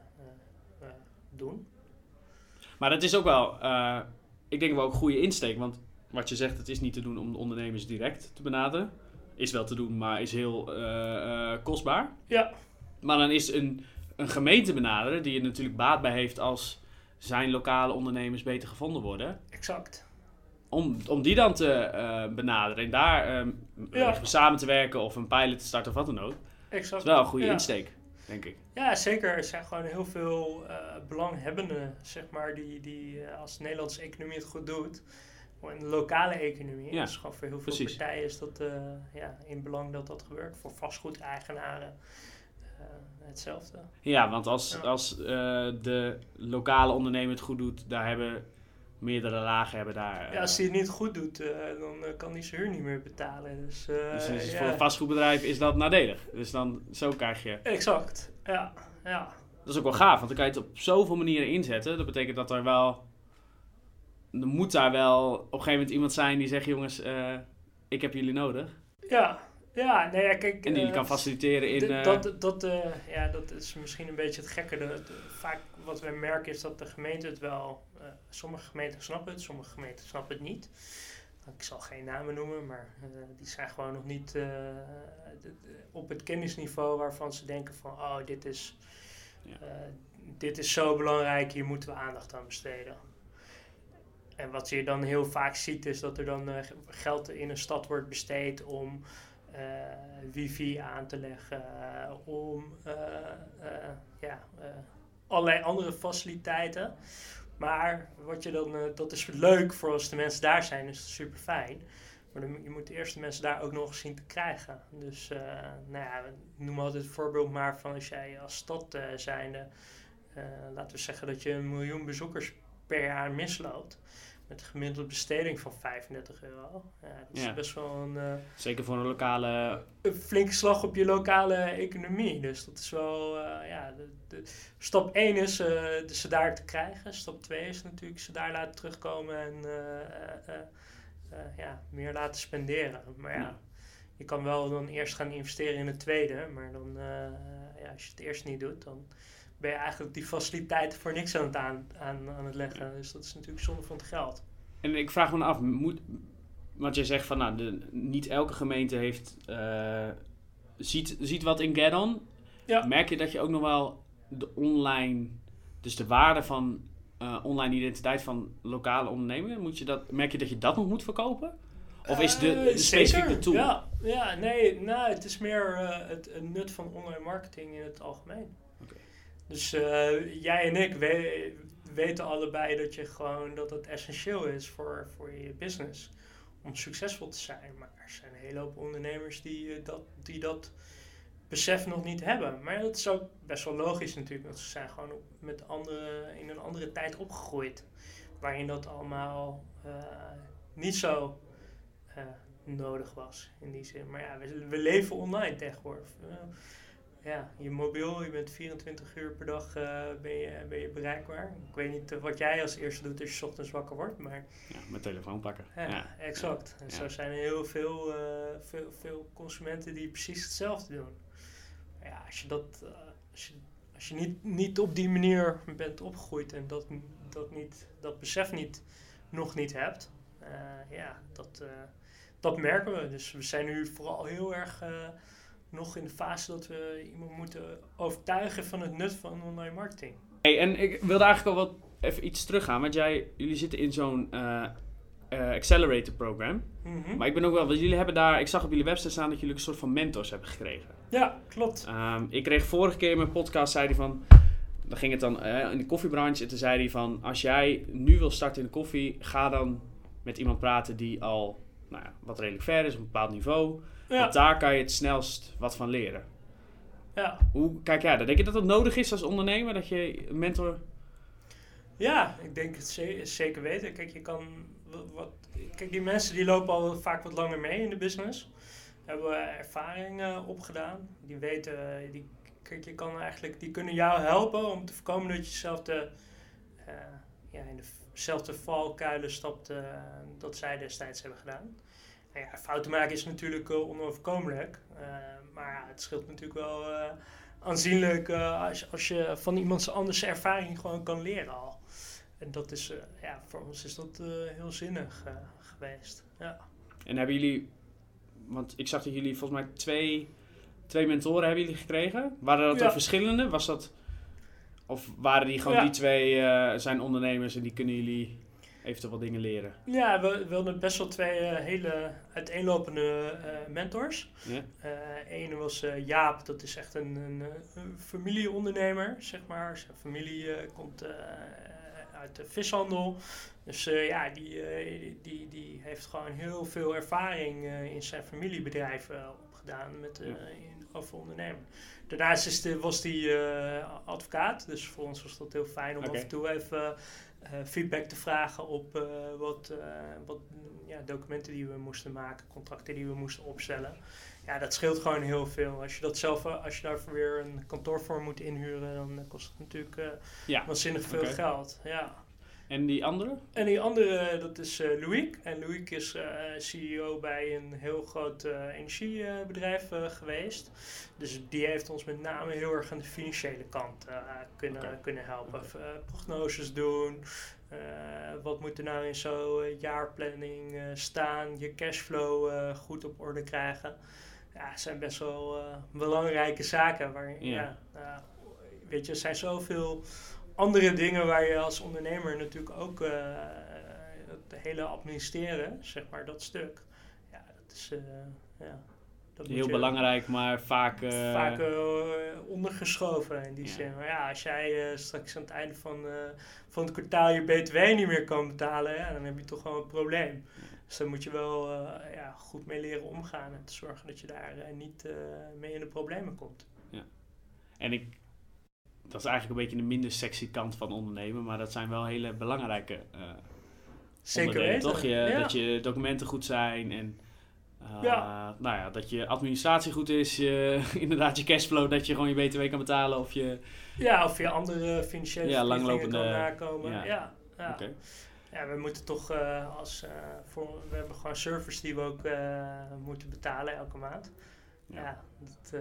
doen. Maar dat is ook wel, ik denk wel een goede insteek, want wat je zegt, het is niet te doen om de ondernemers direct te benaderen. Is wel te doen, maar is heel kostbaar. Ja. Maar dan is een gemeente benaderen, die er natuurlijk baat bij heeft als zijn lokale ondernemers beter gevonden worden. Exact. Om die dan te benaderen en daar samen te werken of een pilot te starten of wat dan ook. Exact. is wel een goede insteek, denk ik. Ja, zeker. Er zijn gewoon heel veel belanghebbenden, zeg maar, die als de Nederlandse economie het goed doet. En de lokale economie. Ja, dus gewoon voor heel veel partijen is dat in belang dat gebeurt. Voor vastgoedeigenaren hetzelfde. Ja, want als de lokale ondernemer het goed doet, daar hebben meerdere lagen daar... als hij het niet goed doet, dan kan hij zijn huur niet meer betalen. Dus voor een vastgoedbedrijf is dat nadelig. Dus dan zo krijg je... Exact, ja. Dat is ook wel gaaf, want dan kan je het op zoveel manieren inzetten. Dat betekent dat er moet daar wel op een gegeven moment iemand zijn die zegt, jongens, ik heb jullie nodig. Ja, nee, ja, kijk... En die kan faciliteren in... dat is misschien een beetje het gekke. Vaak wat wij merken is dat de gemeente het wel... sommige gemeenten snappen het, sommige gemeenten snappen het niet. Ik zal geen namen noemen, maar die zijn gewoon nog niet op het kennisniveau waarvan ze denken van... Oh, dit is zo belangrijk, hier moeten we aandacht aan besteden. En wat je dan heel vaak ziet is dat er dan geld in een stad wordt besteed om wifi aan te leggen, om allerlei andere faciliteiten. Maar wat je dan, dat is leuk voor als de mensen daar zijn, is super fijn. Maar je moet eerst de mensen daar ook nog eens zien te krijgen. Dus we noemen altijd het voorbeeld maar van als jij als stad zijnde, laten we zeggen dat je 1 miljoen bezoekers per jaar misloopt. Met een gemiddelde besteding van €35. Ja, dat is best wel een... zeker voor een lokale... Een flinke slag op je lokale economie. Dus dat is wel... stap 1 is ze daar te krijgen. Stap 2 is natuurlijk ze daar laten terugkomen en meer laten spenderen. Maar je kan wel dan eerst gaan investeren in het tweede. Maar dan, als je het eerst niet doet, dan... ben je eigenlijk die faciliteiten voor niks aan het leggen. Dus dat is natuurlijk zonde van het geld. En ik vraag me af, want je zegt van niet elke gemeente heeft ziet wat in Gaddon. Ja. Merk je dat je ook nog wel de online, dus de waarde van online identiteit van lokale ondernemingen, merk je dat je dat nog moet verkopen? Of is de specifieke tool? Het is meer het nut van online marketing in het algemeen. Dus jij en ik weten allebei dat het essentieel is voor je business om succesvol te zijn. Maar er zijn een hele hoop ondernemers die dat besef nog niet hebben. Maar dat is ook best wel logisch natuurlijk, want ze zijn gewoon in een andere tijd opgegroeid. Waarin dat allemaal niet zo nodig was in die zin. Maar ja, we leven online tegenwoordig. Je mobiel, je bent 24 uur per dag ben je bereikbaar. Ik weet niet wat jij als eerste doet als je 's ochtends wakker wordt, maar... Ja, mijn telefoon pakken. Ja, exact. En zo zijn er heel veel consumenten die precies hetzelfde doen. Maar ja, als je niet op die manier bent opgegroeid en dat besef nog niet hebt, dat merken we. Dus we zijn nu vooral heel erg... nog in de fase dat we iemand moeten overtuigen van het nut van online marketing. Hey, en ik wilde eigenlijk al even iets teruggaan, want jullie zitten in zo'n accelerator program. Mm-hmm. Maar ik ben ook wel, want jullie hebben daar, ik zag op jullie website staan dat jullie een soort van mentors hebben gekregen. Ja, klopt. Ik kreeg vorige keer in mijn podcast, zei hij van, dan ging het dan in de koffiebranche, en toen zei hij van, als jij nu wil starten in de koffie, ga dan met iemand praten die al wat redelijk ver is, op een bepaald niveau. Ja. Want daar kan je het snelst wat van leren. Ja. Hoe kijk jij dat? Denk je dat dat nodig is als ondernemer? Dat je een mentor... Ja, ik denk het zeker weten. Kijk, die mensen die lopen al vaak wat langer mee in de business. Hebben ervaring opgedaan. Die weten... die kunnen jou helpen om te voorkomen dat je zelf in dezelfde valkuilen stapt dat zij destijds hebben gedaan. Fouten maken is natuurlijk onoverkomelijk. Maar het scheelt natuurlijk wel aanzienlijk als je van iemands anders ervaring gewoon kan leren al. En dat is, voor ons is dat heel zinnig geweest. Ja. En hebben jullie, want ik zag dat jullie volgens mij twee mentoren hebben jullie gekregen. Waren dat ook verschillende? Was dat, of waren die gewoon die twee zijn ondernemers en die kunnen jullie... eventueel wat dingen leren? Ja, we hadden best wel 2 hele uiteenlopende mentors. Ene was Jaap, dat is echt een familieondernemer, zeg maar. Zijn familie komt uit de vishandel. Dus die heeft gewoon heel veel ervaring in zijn familiebedrijf opgedaan over ondernemen. Daarnaast was hij advocaat, dus voor ons was dat heel fijn om af en toe even feedback te vragen op wat documenten die we moesten maken, contracten die we moesten opstellen. Ja, dat scheelt gewoon heel veel. Als je daarvoor weer een kantoor voor moet inhuren, dan kost het natuurlijk waanzinnig veel geld. Ja. En die andere? En die andere, dat is Loïc. En Loïc is CEO bij een heel groot energiebedrijf geweest. Dus die heeft ons met name heel erg aan de financiële kant kunnen helpen. Prognoses doen. Wat moet er nou in zo'n jaarplanning staan? Je cashflow goed op orde krijgen. Ja, het zijn best wel belangrijke zaken. Weet je, er zijn zoveel andere dingen waar je als ondernemer natuurlijk ook het hele administreren, zeg maar, dat stuk. Ja, dat is dat heel belangrijk, maar vaak ondergeschoven in die zin. Maar ja, als jij straks aan het einde van het kwartaal je BTW niet meer kan betalen, dan heb je toch wel een probleem. Dus daar moet je wel goed mee leren omgaan en te zorgen dat je daar niet mee in de problemen komt. Ja. En dat is eigenlijk een beetje de minder sexy kant van ondernemen, maar dat zijn wel hele belangrijke zeker weten, toch? Dat je documenten goed zijn en dat je administratie goed is, inderdaad je cashflow, dat je gewoon je BTW kan betalen of je andere financiële verplichtingen kan nakomen. Ja. Okay. Ja, we moeten toch we hebben gewoon servers die we ook moeten betalen elke maand. Ja, dat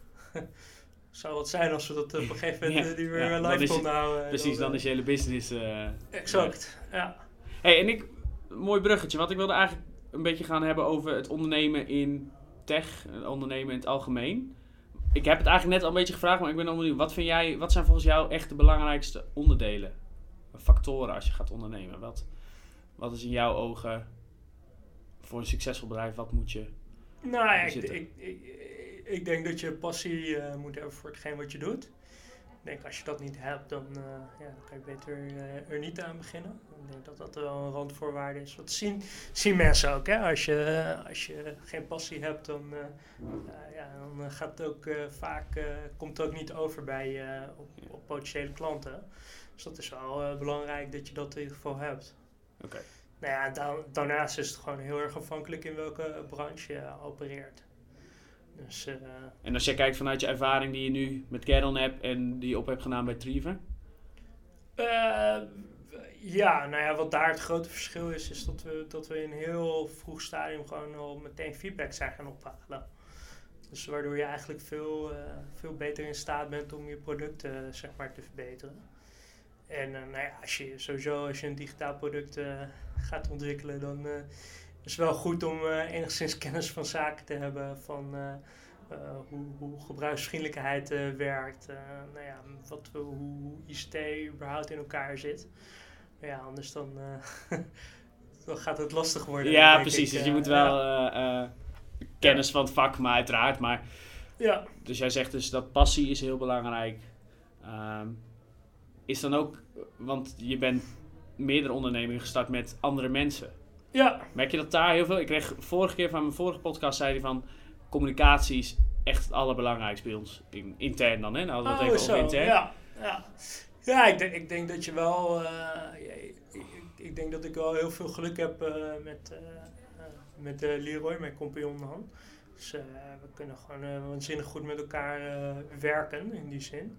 zou wat zijn als we dat op een gegeven moment die weer live konden houden. Precies, dan is je hele business. Exact, ja. Hey, en mooi bruggetje, want ik wilde eigenlijk een beetje gaan hebben over het ondernemen in tech, het ondernemen in het algemeen. Ik heb het eigenlijk net al een beetje gevraagd, maar ik ben al benieuwd. Wat zijn volgens jou echt de belangrijkste onderdelen, factoren als je gaat ondernemen? Wat is in jouw ogen voor een succesvol bedrijf, wat moet je ik denk dat je passie moet hebben voor hetgeen wat je doet. Ik denk als je dat niet hebt, dan kan je beter er niet aan beginnen. Ik denk dat dat wel een randvoorwaarde is. Dat zien mensen ook. Hè? Als je geen passie hebt, dan gaat het ook komt het ook niet over bij op potentiële klanten. Dus dat is wel belangrijk dat je dat in ieder geval hebt. Okay. Nou ja, daarnaast is het gewoon heel erg afhankelijk in welke branche je opereert. Dus, en als jij kijkt vanuit je ervaring die je nu met Geron hebt en die je op hebt gedaan bij Triever? Wat daar het grote verschil is dat we in een heel vroeg stadium gewoon al meteen feedback zijn gaan ophalen. Dus waardoor je eigenlijk veel beter in staat bent om je producten zeg maar te verbeteren. En als je een digitaal product gaat ontwikkelen, dan is het wel goed om enigszins kennis van zaken te hebben, van hoe gebruiksvriendelijkheid werkt, hoe ICT überhaupt in elkaar zit. Maar ja, anders dan gaat het lastig worden. Ja, precies. Dus je moet wel kennis van het vak, maar uiteraard. Maar, dus jij zegt dus dat passie is heel belangrijk. Is dan ook, want je bent meerdere ondernemingen gestart met andere mensen. Ja. Merk je dat daar heel veel? Ik kreeg vorige keer van mijn vorige podcast, zei hij van communicatie is echt het allerbelangrijkste bij ons. Intern dan, hè? Nou, dat even over intern. Ja, ik denk dat je wel... ik denk dat ik wel heel veel geluk heb met Leroy, mijn compagnon dan. Dus we kunnen gewoon waanzinnig goed met elkaar werken in die zin.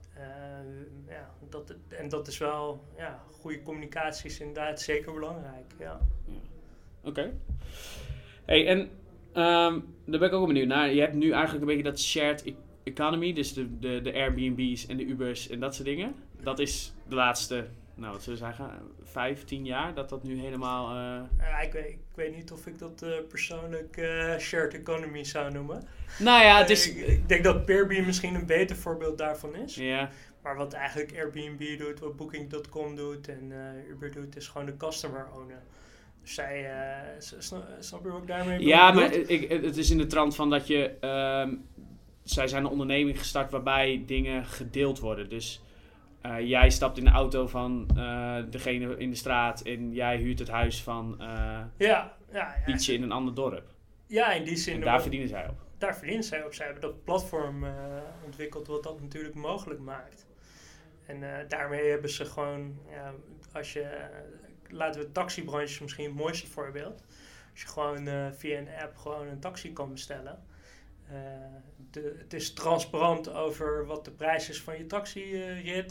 Dat is wel, goede communicatie is inderdaad zeker belangrijk. Ja. Oké. Hey, en daar ben ik ook benieuwd naar. Je hebt nu eigenlijk een beetje dat shared economy, dus de Airbnb's en de Ubers en dat soort dingen. Dat is de laatste, wat zullen we zeggen, 15 jaar dat nu helemaal... Ik weet niet of ik dat persoonlijk shared economy zou noemen. Nou ja, het is... Ik denk dat Peerbeam misschien een beter voorbeeld daarvan is. Ja. Maar wat eigenlijk Airbnb doet, wat Booking.com doet en Uber doet, is gewoon de customer ownen. Dus zij, snap je wat ik daarmee bedoel? Ja, maar het is in de trant van dat je... zij zijn een onderneming gestart waarbij dingen gedeeld worden. Dus jij stapt in de auto van degene in de straat en jij huurt het huis van Pietje in een ander dorp. Ja, in die zin. En daar verdienen zij op. Daar verdienen zij op. Zij hebben dat platform ontwikkeld wat dat natuurlijk mogelijk maakt. En daarmee hebben ze gewoon, laten we de taxibranche misschien het mooiste voorbeeld. Als je gewoon via een app gewoon een taxi kan bestellen. Het is transparant over wat de prijs is van je taxirit.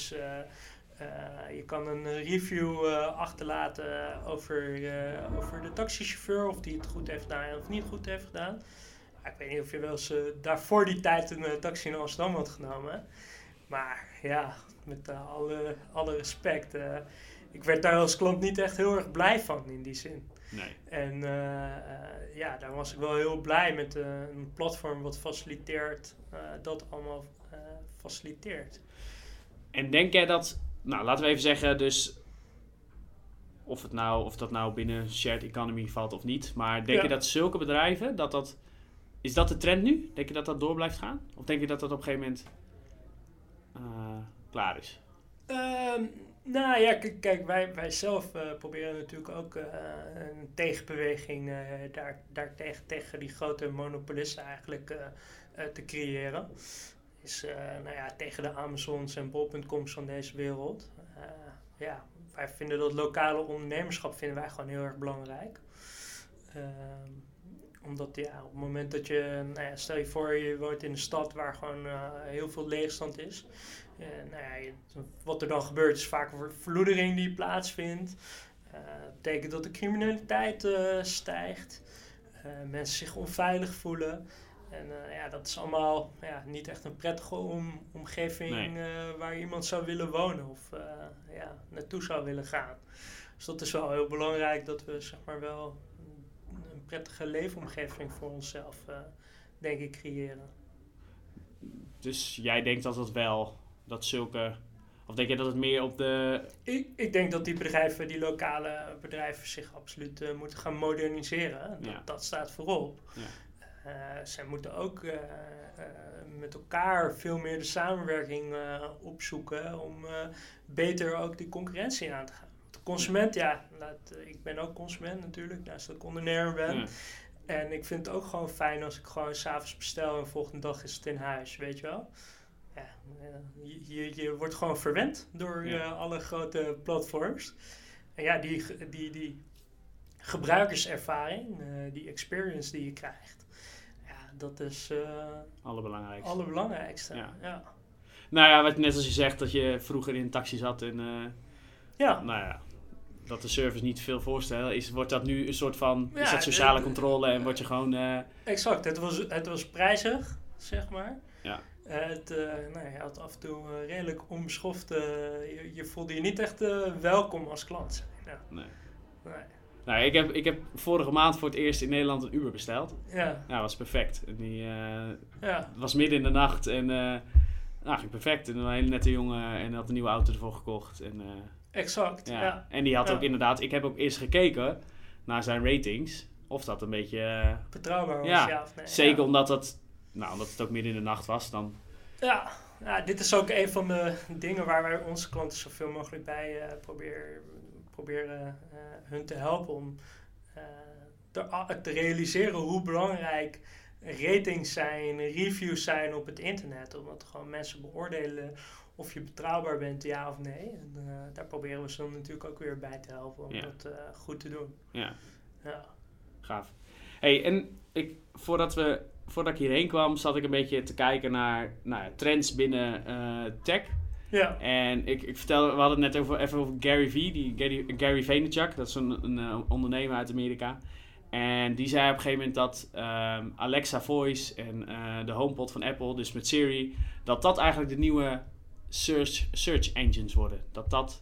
Je kan een review achterlaten over de taxichauffeur, of die het goed heeft gedaan of niet goed heeft gedaan. Ik weet niet of je wel eens daarvoor die tijd een taxi in Amsterdam had genomen. Maar ja, met alle respect. Ik werd daar als klant niet echt heel erg blij van in die zin. Nee. En daar was ik wel heel blij met een platform wat faciliteert, dat allemaal faciliteert. En denk jij dat, nou laten we even zeggen, dus of dat nou binnen shared economy valt of niet, maar denk je dat zulke bedrijven, is dat de trend nu? Denk je dat dat door blijft gaan? Of denk je dat dat op een gegeven moment klaar is? Nou ja, kijk, wij zelf proberen natuurlijk ook een tegenbeweging tegen die grote monopolisten eigenlijk te creëren. Dus tegen de Amazons en Bol.coms van deze wereld. Wij vinden dat lokale ondernemerschap vinden wij gewoon heel erg belangrijk. Omdat op het moment dat stel je voor je woont in een stad waar gewoon heel veel leegstand is. Wat er dan gebeurt is vaak een verloedering die plaatsvindt. Dat betekent dat de criminaliteit stijgt. Mensen zich onveilig voelen. En dat is allemaal niet echt een prettige omgeving waar iemand zou willen wonen of naartoe zou willen gaan. Dus dat is wel heel belangrijk dat we zeg maar wel een prettige leefomgeving voor onszelf denk ik creëren. Dus jij denkt dat zulke, of denk je dat het meer op de... Ik denk dat die lokale bedrijven zich absoluut moeten gaan moderniseren. Dat staat voorop. Ja. Zij moeten ook met elkaar veel meer de samenwerking opzoeken om beter ook die concurrentie aan te gaan. De consument, ik ben ook consument natuurlijk, naast dat ik ondernemer ben. Ja. En ik vind het ook gewoon fijn als ik gewoon 's avonds bestel en volgende dag is het in huis, weet je wel. Ja, je wordt gewoon verwend door alle grote platforms. En die gebruikerservaring, die experience die je krijgt, dat is allerbelangrijkste. Ja. Nou ja, net als je zegt dat je vroeger in een taxi zat en dat de service niet veel voorstelt, wordt dat nu een soort van is dat sociale controle en word je gewoon... Exact, het was prijzig, zeg maar. Ja. Je had af en toe redelijk onbeschoft, je voelde je niet echt welkom als klant. Nee. Nou, ik heb vorige maand voor het eerst in Nederland een Uber besteld. Ja. Nou, dat was perfect. Het was midden in de nacht en ging perfect. En een hele nette jongen en had een nieuwe auto ervoor gekocht. Exact, ja. En die had ook inderdaad, ik heb ook eerst gekeken naar zijn ratings, of dat een beetje... betrouwbaar was, of nee. Zeker omdat het ook midden in de nacht was dan. Ja, dit is ook een van de dingen waar wij onze klanten zoveel mogelijk bij proberen hun te helpen om te realiseren hoe belangrijk ratings zijn, reviews zijn op het internet. Omdat gewoon mensen beoordelen of je betrouwbaar bent, ja of nee. En daar proberen we ze dan natuurlijk ook weer bij te helpen om dat goed te doen. Ja. Gaaf. Hey, en voordat ik hierheen kwam, zat ik een beetje te kijken naar trends binnen tech. Ja. En ik vertelde, we hadden het net even over Gary Vee, Gary Vaynerchuk, dat is een ondernemer uit Amerika. En die zei op een gegeven moment dat Alexa Voice en de HomePod van Apple, dus met Siri, dat eigenlijk de nieuwe search engines worden. Dat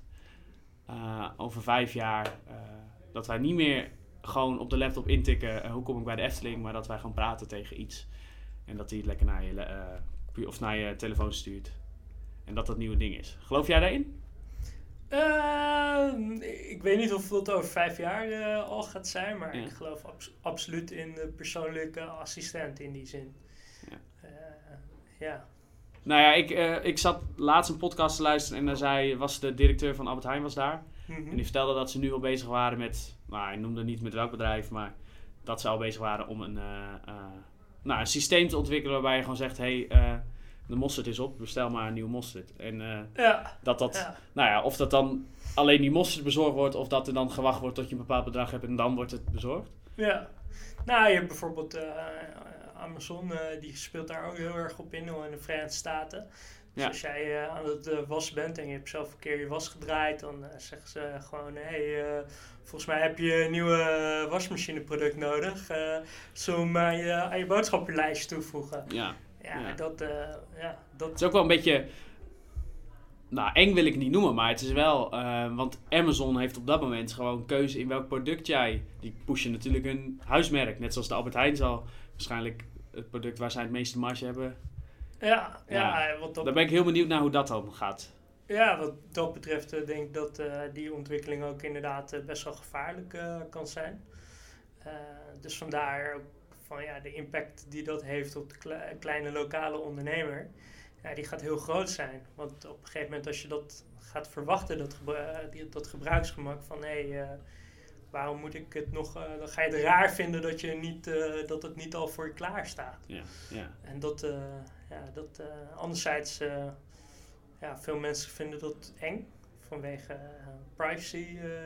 over 5 jaar, dat wij niet meer gewoon op de laptop intikken, hoe kom ik bij de Efteling, maar dat wij gewoon praten tegen iets. En dat hij het lekker naar je telefoon stuurt. En dat nieuwe ding is. Geloof jij daarin? Ik weet niet of dat over 5 jaar al gaat zijn, maar ik geloof absoluut in de persoonlijke assistent in die zin. Ja. Nou ja, ik zat laatst een podcast te luisteren en was de directeur van Albert Heijn was daar. Mm-hmm. En die vertelde dat ze nu al bezig waren met, hij noemde niet met welk bedrijf, maar dat ze al bezig waren om een systeem te ontwikkelen waarbij je gewoon zegt, de mosterd is op, bestel maar een nieuwe mosterd. En Ja. nou ja, of dat dan alleen die mosterd bezorgd wordt, of dat er dan gewacht wordt tot je een bepaald bedrag hebt en dan wordt het bezorgd. Ja. Nou, je hebt bijvoorbeeld Amazon, die speelt daar ook heel erg op in de Verenigde Staten. Dus als jij aan het wassen bent en je hebt zelf een keer je was gedraaid, dan zeggen ze gewoon, volgens mij heb je een nieuwe wasmachineproduct nodig. Zullen we hem aan je boodschappenlijstje toevoegen? Ja. Dat is ook wel een beetje, nou, eng wil ik niet noemen, maar het is wel, want Amazon heeft op dat moment gewoon keuze in welk product die pushen natuurlijk een huismerk. Net zoals de Albert Heijn zal waarschijnlijk het product waar zij het meeste marge hebben. Daar ben ik heel benieuwd naar hoe dat dan gaat. Ja, wat dat betreft denk ik dat die ontwikkeling ook inderdaad best wel gevaarlijk kan zijn. Dus vandaar ook van de impact die dat heeft op de kleine lokale ondernemer. Ja, die gaat heel groot zijn. Want op een gegeven moment als je dat gaat verwachten, dat gebruiksgemak van waarom moet ik het nog... dan ga je het raar vinden dat het niet al voor je klaar staat. Ja. En anderzijds... veel mensen vinden dat eng. Vanwege privacy.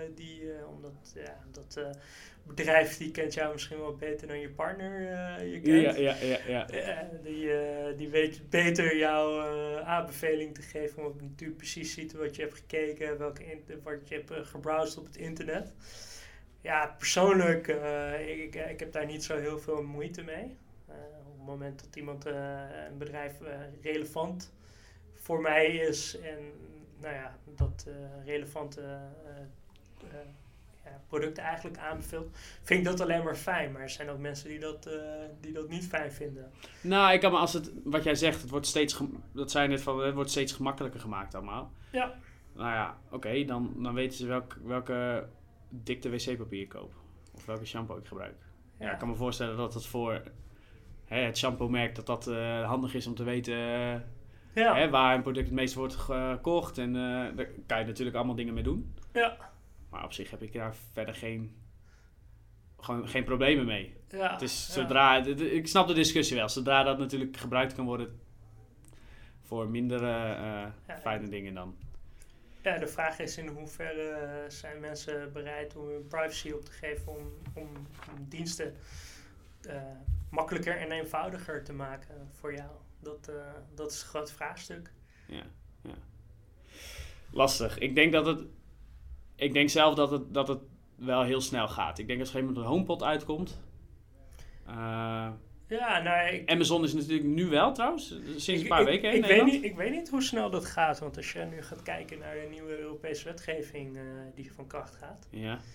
Dat bedrijf die kent jou misschien wel beter dan je partner je kent. Ja. Die weet beter jouw aanbeveling te geven. Omdat het natuurlijk precies ziet wat je hebt gekeken. Wat je hebt gebrowsed op het internet. Ja, persoonlijk, ik heb daar niet zo heel veel moeite mee. Op het moment dat iemand een bedrijf relevant voor mij is en dat relevante producten eigenlijk aanbeveelt, vind ik dat alleen maar fijn. Maar er zijn ook mensen die dat niet fijn vinden. Nou, ik kan me wat jij zegt, het wordt steeds, het wordt steeds gemakkelijker gemaakt allemaal. Ja. Nou ja, oké, dan weten ze welke dikte wc-papier ik koop. Of welke shampoo ik gebruik. Ja, ik kan me voorstellen dat het voor het shampoo-merk dat handig is om te weten waar een product het meest wordt gekocht. En daar kan je natuurlijk allemaal dingen mee doen. Ja. Maar op zich heb ik daar verder geen problemen mee. Ja, het is ik snap de discussie wel. Zodra dat natuurlijk gebruikt kan worden voor minder fijne dingen dan. Ja, de vraag is in hoeverre zijn mensen bereid om hun privacy op te geven om diensten makkelijker en eenvoudiger te maken voor jou. Dat is een groot vraagstuk. Ja. Lastig. Ik denk zelf dat het wel heel snel gaat. Ik denk als op een gegeven moment een HomePod uitkomt. Amazon is natuurlijk nu wel trouwens, sinds een paar weken in Nederland. Ik weet niet hoe snel dat gaat, want als je nu gaat kijken naar de nieuwe Europese wetgeving die van kracht gaat,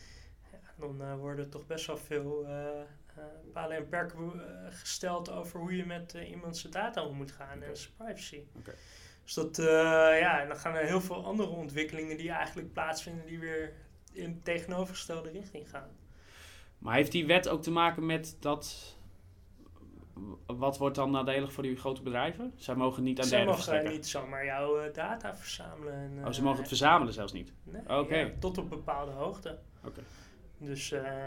dan worden er toch best wel veel bepaalde en perken gesteld over hoe je met iemands data om moet gaan en zijn privacy. Okay. Dus dan gaan er heel veel andere ontwikkelingen die eigenlijk plaatsvinden die weer in de tegenovergestelde richting gaan. Maar heeft die wet ook te maken met dat... Wat wordt dan nadelig voor die grote bedrijven? Zij mogen niet aan derden verstrekken. Zij mogen niet zomaar jouw data verzamelen. En, ze mogen het verzamelen zelfs niet? Nee, tot op bepaalde hoogte. Okay. Dus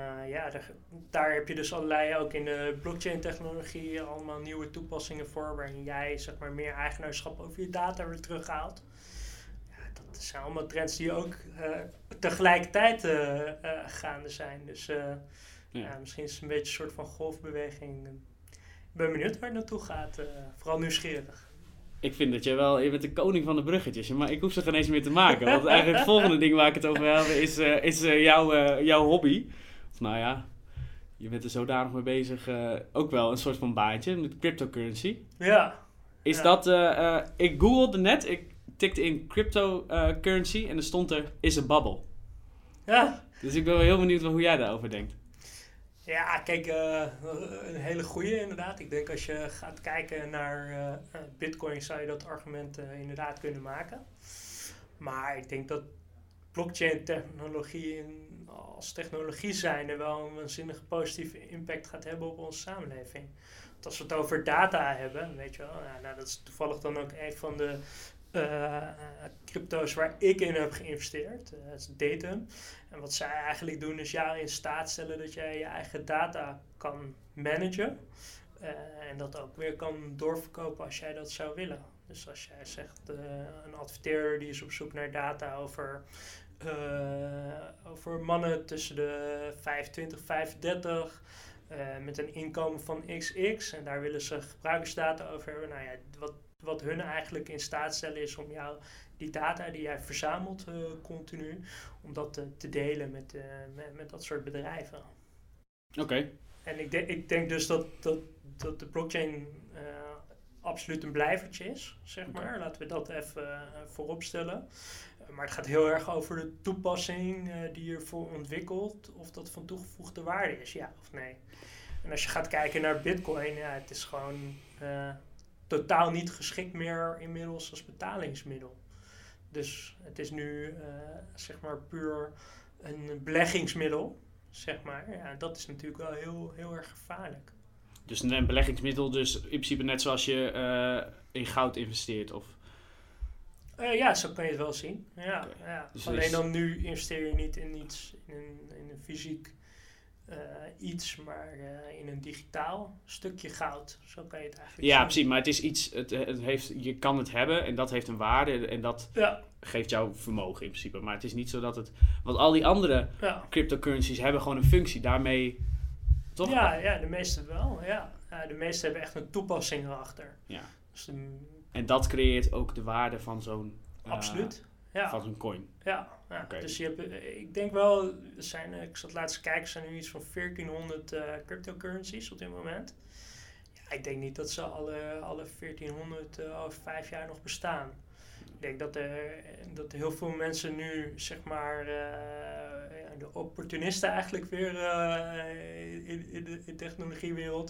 daar heb je dus allerlei, ook in de blockchain technologie, allemaal nieuwe toepassingen voor, waarin jij zeg maar meer eigenaarschap over je data weer terughaalt. Ja, dat zijn allemaal trends die ook tegelijkertijd gaande zijn. Dus misschien is het een beetje een soort van golfbeweging. Ik ben benieuwd waar het naartoe gaat. Vooral nieuwsgierig. Ik vind dat je bent de koning van de bruggetjes, maar ik hoef ze geen eens meer te maken. Want eigenlijk het volgende ding waar ik het over heb is jouw hobby. Of nou ja, je bent er zodanig mee bezig. Ook wel een soort van baantje met cryptocurrency. Ja. Is dat... ik googelde net, ik tikte in cryptocurrency en er stond is a bubble. Ja. Dus ik ben wel heel benieuwd hoe jij daarover denkt. Ja, kijk, een hele goeie inderdaad. Ik denk als je gaat kijken naar Bitcoin zou je dat argument inderdaad kunnen maken. Maar ik denk dat blockchain technologie als technologie zijnde wel een waanzinnige positieve impact gaat hebben op onze samenleving. Want als we het over data hebben, weet je wel, dat is toevallig dan ook een van de crypto's waar ik in heb geïnvesteerd. Dat is Datum. En wat zij eigenlijk doen is jou in staat stellen dat jij je eigen data kan managen. En dat ook weer kan doorverkopen als jij dat zou willen. Dus als jij zegt, een adverteerder die is op zoek naar data over mannen tussen de 25 en 35... met een inkomen van XX en daar willen ze gebruikersdata over hebben. Nou ja, wat hun eigenlijk in staat stellen is om jou die data die jij verzamelt continu, om dat te delen met dat soort bedrijven. Oké. En ik denk dus dat de blockchain absoluut een blijvertje is, zeg maar. Oké. Laten we dat even voorop stellen. Maar het gaat heel erg over de toepassing die je ervoor ontwikkelt, of dat van toegevoegde waarde is, ja of nee. En als je gaat kijken naar Bitcoin, ja, het is gewoon totaal niet geschikt meer inmiddels als betalingsmiddel. Dus het is nu zeg maar puur een beleggingsmiddel, zeg maar. Ja, dat is natuurlijk wel heel, heel erg gevaarlijk. Dus een beleggingsmiddel, dus in principe net zoals je in goud investeert of... Ja, zo kan je het wel zien. Ja, Okay. ja. Dus Alleen dan nu investeer je niet in iets, in een fysiek iets, maar in een digitaal stukje goud. Zo kan je het eigenlijk zien. Ja, precies. Maar het is iets, je kan het hebben en dat heeft een waarde en dat geeft jou vermogen in principe. Maar het is niet zo dat het... Want al die andere cryptocurrencies hebben gewoon een functie. Daarmee, toch? Ja, de meeste wel. Ja. De meeste hebben echt een toepassing erachter. Ja. Dus en dat creëert ook de waarde van zo'n... absoluut. Ja. Van zo'n coin. Ja. Okay. Dus je hebt, ik denk wel, ik zat laatst te kijken, er zijn nu iets van 1400 cryptocurrencies op dit moment. Ja, ik denk niet dat ze alle 1400 over 5 jaar nog bestaan. Ik denk dat heel veel mensen nu, zeg maar, de opportunisten eigenlijk weer in de technologiewereld,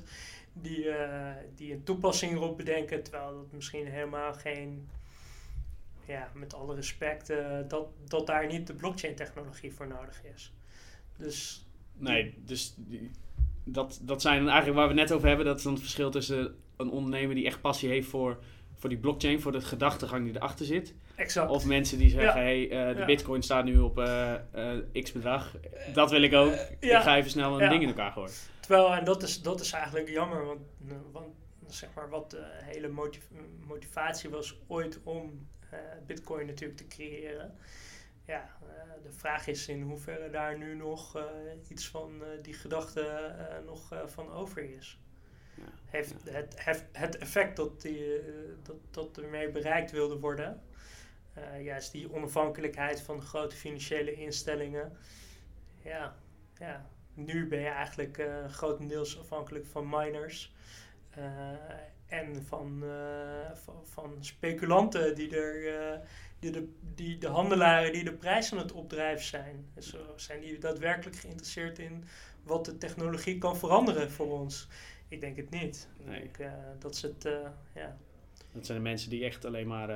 die een toepassing erop bedenken, terwijl dat misschien helemaal geen... Ja, met alle respect, dat daar niet de blockchain-technologie voor nodig is. Dus... Nee, dus dat zijn eigenlijk waar we het net over hebben. Dat is dan het verschil tussen een ondernemer die echt passie heeft voor die blockchain, voor de gedachtegang die erachter zit. Exact. Of mensen die zeggen, de bitcoin staat nu op x bedrag. Dat wil ik ook. Ik ga even snel een ding in elkaar gooien. Terwijl, en dat is eigenlijk jammer, want zeg maar wat de hele motivatie was ooit om Bitcoin natuurlijk te creëren. Ja, de vraag is in hoeverre daar nu nog iets van die gedachte nog van over is. Ja, heeft het effect dat ermee bereikt wilde worden, juist die onafhankelijkheid van de grote financiële instellingen. Ja, nu ben je eigenlijk grotendeels afhankelijk van miners. En van speculanten die de handelaren die de prijs aan het opdrijven zijn. Dus zijn die daadwerkelijk geïnteresseerd in wat de technologie kan veranderen voor ons? Ik denk het niet. Nee. Ik denk dat ze het, Dat zijn de mensen die echt alleen maar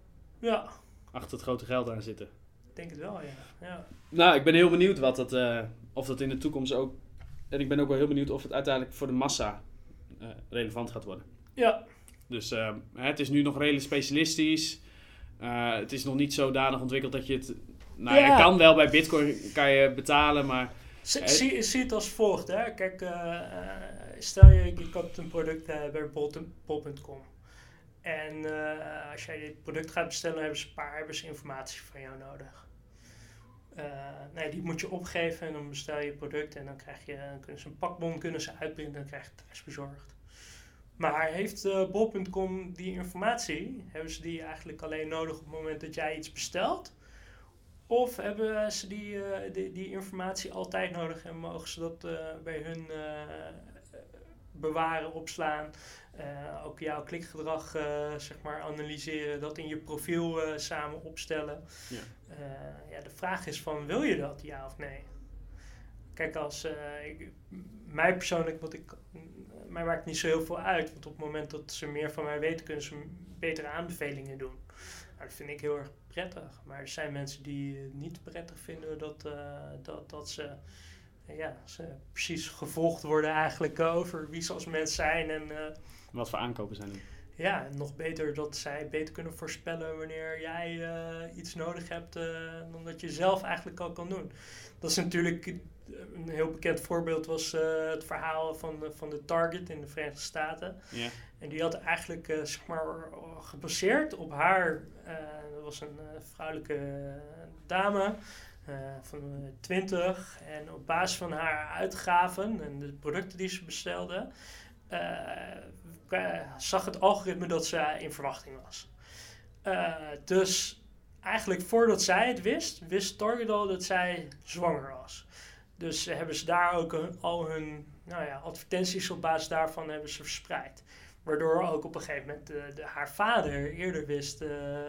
achter het grote geld aan zitten. Ik denk het wel, ja. Nou, ik ben heel benieuwd of dat in de toekomst ook... En ik ben ook wel heel benieuwd of het uiteindelijk voor de massa relevant gaat worden. Ja. Dus het is nu nog redelijk specialistisch. Het is nog niet zodanig ontwikkeld dat je het... Nou, je kan wel bij Bitcoin kan je betalen, maar... Zie het als volgt, hè. Kijk, stel je koopt een product bij bol.com. En als jij dit product gaat bestellen, hebben ze informatie van jou nodig. Die moet je opgeven en dan bestel je het product en dan kunnen ze een pakbon uitprinten en dan krijg je het thuis bezorgd. Maar heeft bol.com die informatie, hebben ze die eigenlijk alleen nodig op het moment dat jij iets bestelt? Of hebben ze die informatie altijd nodig en mogen ze dat bij hun bewaren, opslaan? Ook jouw klikgedrag zeg maar analyseren, dat in je profiel samen opstellen. Ja. De vraag is van, wil je dat, ja of nee? Kijk, mij persoonlijk, mij maakt niet zo heel veel uit. Want op het moment dat ze meer van mij weten, kunnen ze betere aanbevelingen doen. Nou, dat vind ik heel erg prettig. Maar er zijn mensen die het niet prettig vinden dat ze precies gevolgd worden eigenlijk over wie ze als mens zijn. En wat voor aankopen zijn er? Ja, nog beter dat zij beter kunnen voorspellen wanneer jij iets nodig hebt dan dat je zelf eigenlijk al kan doen. Dat is natuurlijk een heel bekend voorbeeld was het verhaal van de Target in de Verenigde Staten. Ja. En die had eigenlijk zeg maar gebaseerd op haar, dat was een vrouwelijke dame van 20. En op basis van haar uitgaven en de producten die ze bestelde, zag het algoritme dat ze in verwachting was. Dus eigenlijk voordat zij het wist Target al dat zij zwanger was. Dus hebben ze daar ook al hun advertenties op basis daarvan hebben ze verspreid. Waardoor ook op een gegeven moment haar vader eerder wist,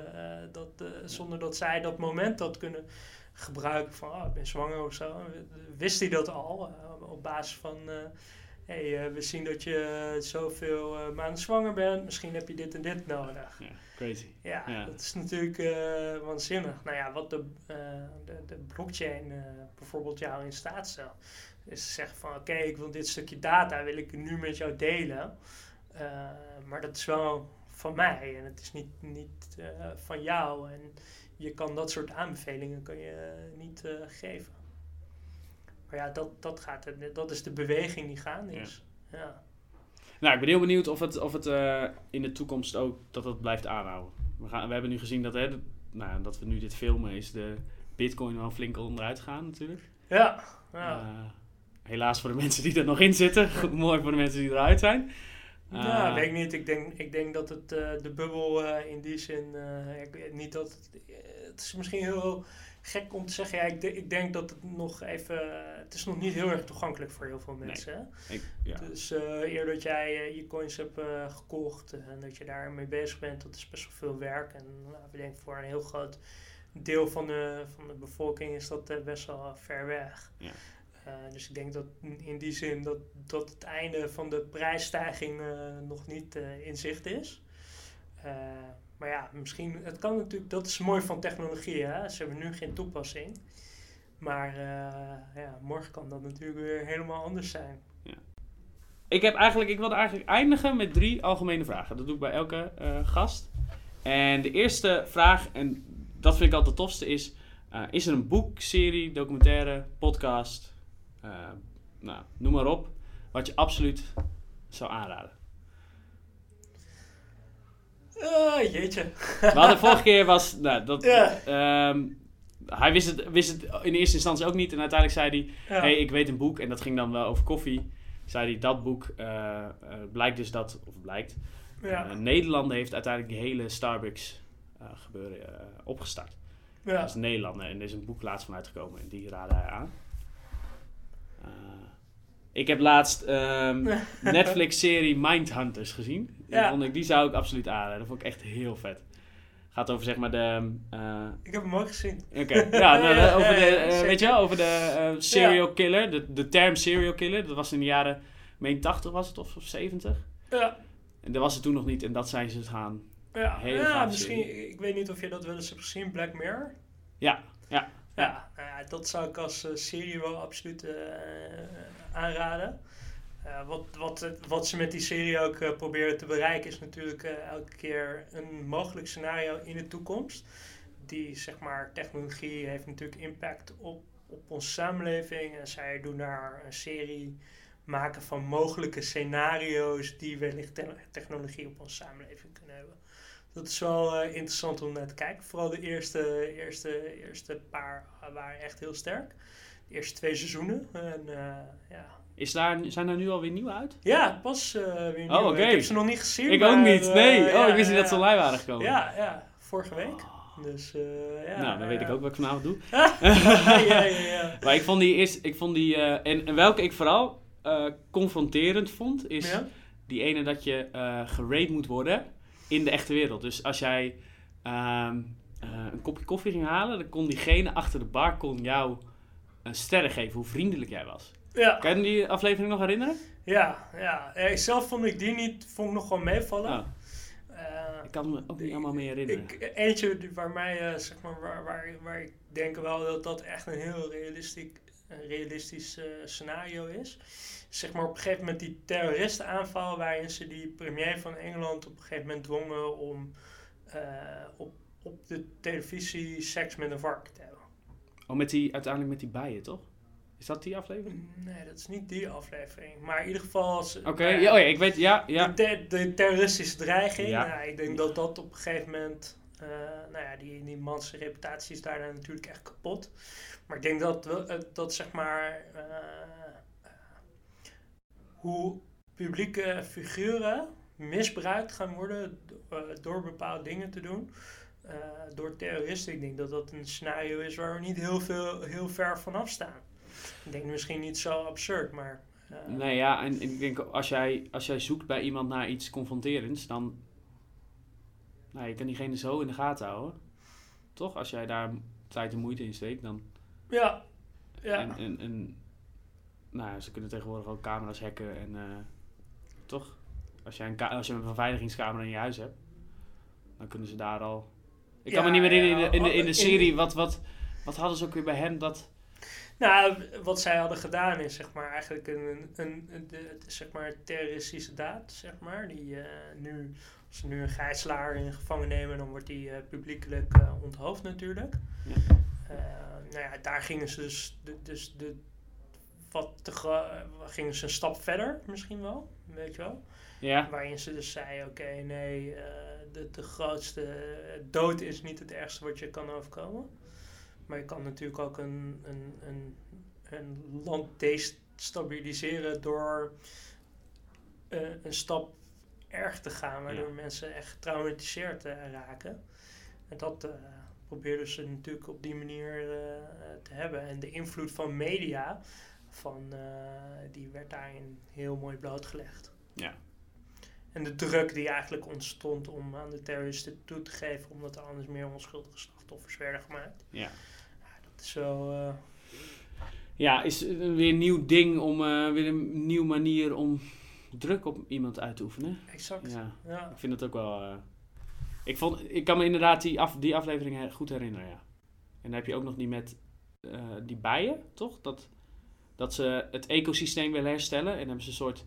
zonder dat zij dat moment had kunnen gebruiken van ik ben zwanger of zo. Wist hij dat al op basis van, we zien dat je zoveel maanden zwanger bent, misschien heb je dit en dit nodig. Ja, crazy. Ja, dat is natuurlijk waanzinnig. Nou ja, wat de blockchain bijvoorbeeld jou in staat stelt, is te zeggen van oké, ik wil dit stukje data, wil ik nu met jou delen. Maar dat is wel van mij en het is niet van jou. En je kan dat soort aanbevelingen niet geven. Maar ja, dat is de beweging die gaande is. Ja. Nou, ik ben heel benieuwd of het in de toekomst ook dat blijft aanhouden. We hebben nu gezien dat we nu dit filmen, is de Bitcoin wel flink onderuit gegaan natuurlijk. Ja. Helaas voor de mensen die er nog in zitten. Mooi voor de mensen die eruit zijn. Weet ik niet. Ik denk dat het de bubbel in die zin... ik weet niet dat het is misschien heel gek om te zeggen. Ja, ik denk dat het nog even... het is nog niet heel erg toegankelijk voor heel veel mensen. Nee. Dus eer dat jij je coins hebt gekocht en dat je daarmee bezig bent, dat is best wel veel werk. En ik denk voor een heel groot deel van de bevolking is dat best wel ver weg. Ja. Dus ik denk dat in die zin dat het einde van de prijsstijging nog niet in zicht is. Maar ja, misschien, het kan natuurlijk, dat is mooi van technologie, hè? Ze hebben nu geen toepassing. Maar morgen kan dat natuurlijk weer helemaal anders zijn. Ja. Ik wilde eigenlijk eindigen met 3 algemene vragen. Dat doe ik bij elke gast. En de eerste vraag, en dat vind ik altijd het tofste, is er een boek, serie, documentaire, podcast, noem maar op, wat je absoluut zou aanraden? Jeetje. We hadden vorige keer hij wist het in eerste instantie ook niet. En uiteindelijk zei hij, hey, ik weet een boek. En dat ging dan wel over koffie. Zei hij, dat boek blijkt dus dat... Of blijkt. Nederland heeft uiteindelijk die hele Starbucks gebeuren opgestart. Ja. Dat is Nederlander. En er is een boek laatst van uitgekomen. En die raadde hij aan. Ik heb laatst Netflix-serie Mindhunters gezien. Die zou ik absoluut aanraden. Dat vond ik echt heel vet. Gaat over zeg maar de... Ik heb hem ook gezien. Oké. Over de serial killer. De term serial killer. Dat was in de jaren 80 was het of 70. Ja. En dat was het toen nog niet. En dat zijn ze gaan. Ja, misschien... Ik weet niet of je dat wel eens hebt gezien. Black Mirror. Ja. Dat zou ik als serie wel absoluut aanraden. Wat ze met die serie ook proberen te bereiken is natuurlijk elke keer een mogelijk scenario in de toekomst. Die, zeg maar, technologie heeft natuurlijk impact op onze samenleving. En zij doen daar een serie maken van mogelijke scenario's die wellicht technologie op onze samenleving kunnen hebben. Dat is wel interessant om naar te kijken. Vooral de eerste paar waren echt heel sterk. De eerste 2 seizoenen. En, zijn er nu alweer nieuwe uit? Ja, pas weer nieuwe. Oh, okay. Ik heb ze nog niet gezien. Ik ook niet. Nee. Ik wist niet dat ze live waren gekomen. Ja, vorige week. Dus, dan weet ik ook wat ik vanavond doe. Ja. Maar ik vond die en welke ik vooral confronterend vond, is die ene dat je gerate moet worden in de echte wereld. Dus als jij een kopje koffie ging halen, dan kon diegene achter de bar jou een sterren geven, hoe vriendelijk jij was. Ja. Kan je die aflevering nog herinneren? Ja. Zelf vond ik nog gewoon meevallen. Oh. Ik kan me ook niet allemaal meer herinneren. Eentje waar mij, waar ik denk wel dat echt een heel realistisch scenario is. Zeg maar op een gegeven moment die terroristenaanval waarin ze die premier van Engeland op een gegeven moment dwongen om op de televisie seks met een varken te hebben. Uiteindelijk met die bijen, toch? Is dat die aflevering? Nee, dat is niet die aflevering. Maar in ieder geval... Oké, ik weet, ja. De terroristische dreiging. Ja. Nou, ik denk dat dat op een gegeven moment... die man's reputatie is daarna natuurlijk echt kapot. Maar ik denk dat zeg maar... hoe publieke figuren misbruikt gaan worden door bepaalde dingen te doen. Door terroristen. Ik denk dat dat een scenario is waar we niet heel ver vanaf staan. Ik denk misschien niet zo absurd, maar... Nee, ja, en ik denk als jij zoekt bij iemand naar iets confronterends, dan... Nou, je kan diegene zo in de gaten houden. Toch? Als jij daar tijd en moeite in steekt, dan... Ja. En nou ja, ze kunnen tegenwoordig ook camera's hacken en... toch? Als je een beveiligingscamera in je huis hebt, dan kunnen ze daar al... Ik kan me niet meer in de serie, wat hadden ze ook weer bij hem dat... Nou, wat zij hadden gedaan is zeg maar eigenlijk een terroristische daad, zeg maar. Als ze nu een gijzelaar in gevangen nemen, dan wordt die publiekelijk onthoofd natuurlijk. Ja. Daar gingen ze gingen ze een stap verder misschien wel, weet je wel. Ja. Waarin ze dus zei, de grootste dood is niet het ergste wat je kan overkomen. Maar je kan natuurlijk ook een land destabiliseren door een stap erg te gaan, waardoor mensen echt getraumatiseerd raken. En dat probeerden ze natuurlijk op die manier te hebben. En de invloed van media, die werd daarin heel mooi blootgelegd. Ja. En de druk die eigenlijk ontstond om aan de terroristen toe te geven, omdat er anders meer onschuldige slachtoffers werden gemaakt. Ja. Dat is zo... Ja, is weer een nieuw ding weer een nieuwe manier om druk op iemand uit te oefenen. Exact. Ja. Ik vind het ook wel... Ik kan me inderdaad die aflevering goed herinneren, ja. En dan heb je ook nog die met die bijen, toch? Dat ze het ecosysteem willen herstellen. En dan hebben ze een soort...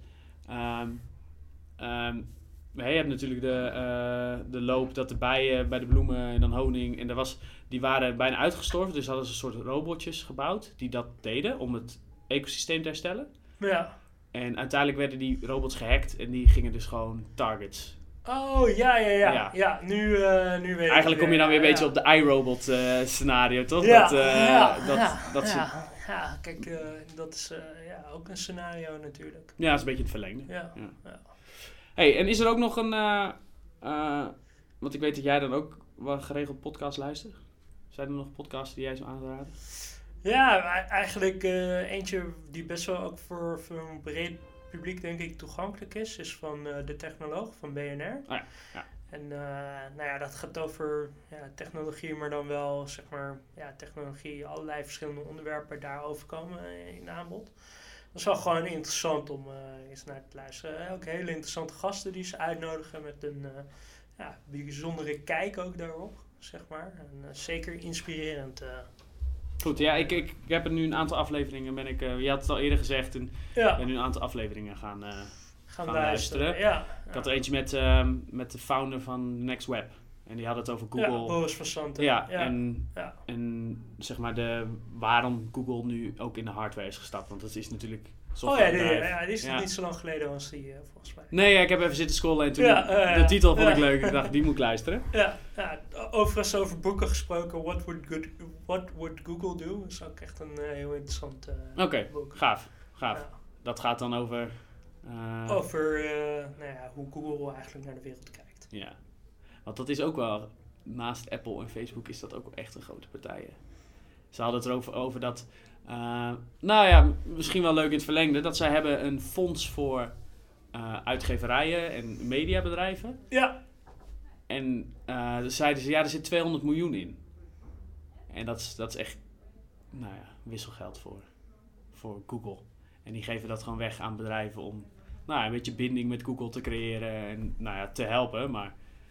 je hebt natuurlijk de loop dat de bijen bij de bloemen en dan honing. En die waren bijna uitgestorven. Dus hadden ze een soort robotjes gebouwd die dat deden om het ecosysteem te herstellen. Ja. En uiteindelijk werden die robots gehackt en die gingen dus gewoon targets. Oh, ja. Nu weet ik. Eigenlijk kom je dan weer een beetje op de iRobot scenario, toch? Ja, kijk, dat is ook een scenario natuurlijk. Ja, dat is een beetje het verlengde. Ja. Hey, en is er ook nog een... want ik weet dat jij dan ook wel geregeld podcast luistert. Zijn er nog podcasts die jij zou aanraden? Ja, eigenlijk eentje die best wel ook voor een breed publiek denk ik toegankelijk is van De Technoloog van BNR. Oh ja. En dat gaat over technologie, maar dan wel zeg maar technologie, allerlei verschillende onderwerpen daarover komen in aanbod. Dat is wel gewoon interessant om eens naar te luisteren. Ook hele interessante gasten die ze uitnodigen met een bijzondere kijk ook daarop, zeg maar. En zeker inspirerend. Goed, ja, ik heb er nu een aantal afleveringen, je had het al eerder gezegd, en ben nu een aantal afleveringen gaan luisteren. Ja. Ik had er eentje met de founder van Next Web. En die had het over Google. Ja, Boris van Santen. Ja. En zeg maar waarom Google nu ook in de hardware is gestapt. Want dat is natuurlijk software. Die is niet zo lang geleden was die volgens mij. Nee, ik heb even zitten scrollen en toen de titel vond ik leuk. Ik dacht, die moet ik luisteren. Ja, overigens over boeken gesproken. What would Google do? Dat is ook echt een heel interessant boek. Gaaf. Ja. Dat gaat dan over... hoe Google eigenlijk naar de wereld kijkt. Ja, want dat is ook wel... Naast Apple en Facebook is dat ook echt een grote partij. Hè? Ze hadden het erover dat... misschien wel leuk in het verlengde... dat zij hebben een fonds voor uitgeverijen en mediabedrijven. Ja. En zeiden ze, er zit 200 miljoen in. En dat is echt wisselgeld voor Google. En die geven dat gewoon weg aan bedrijven om een beetje binding met Google te creëren en te helpen, maar...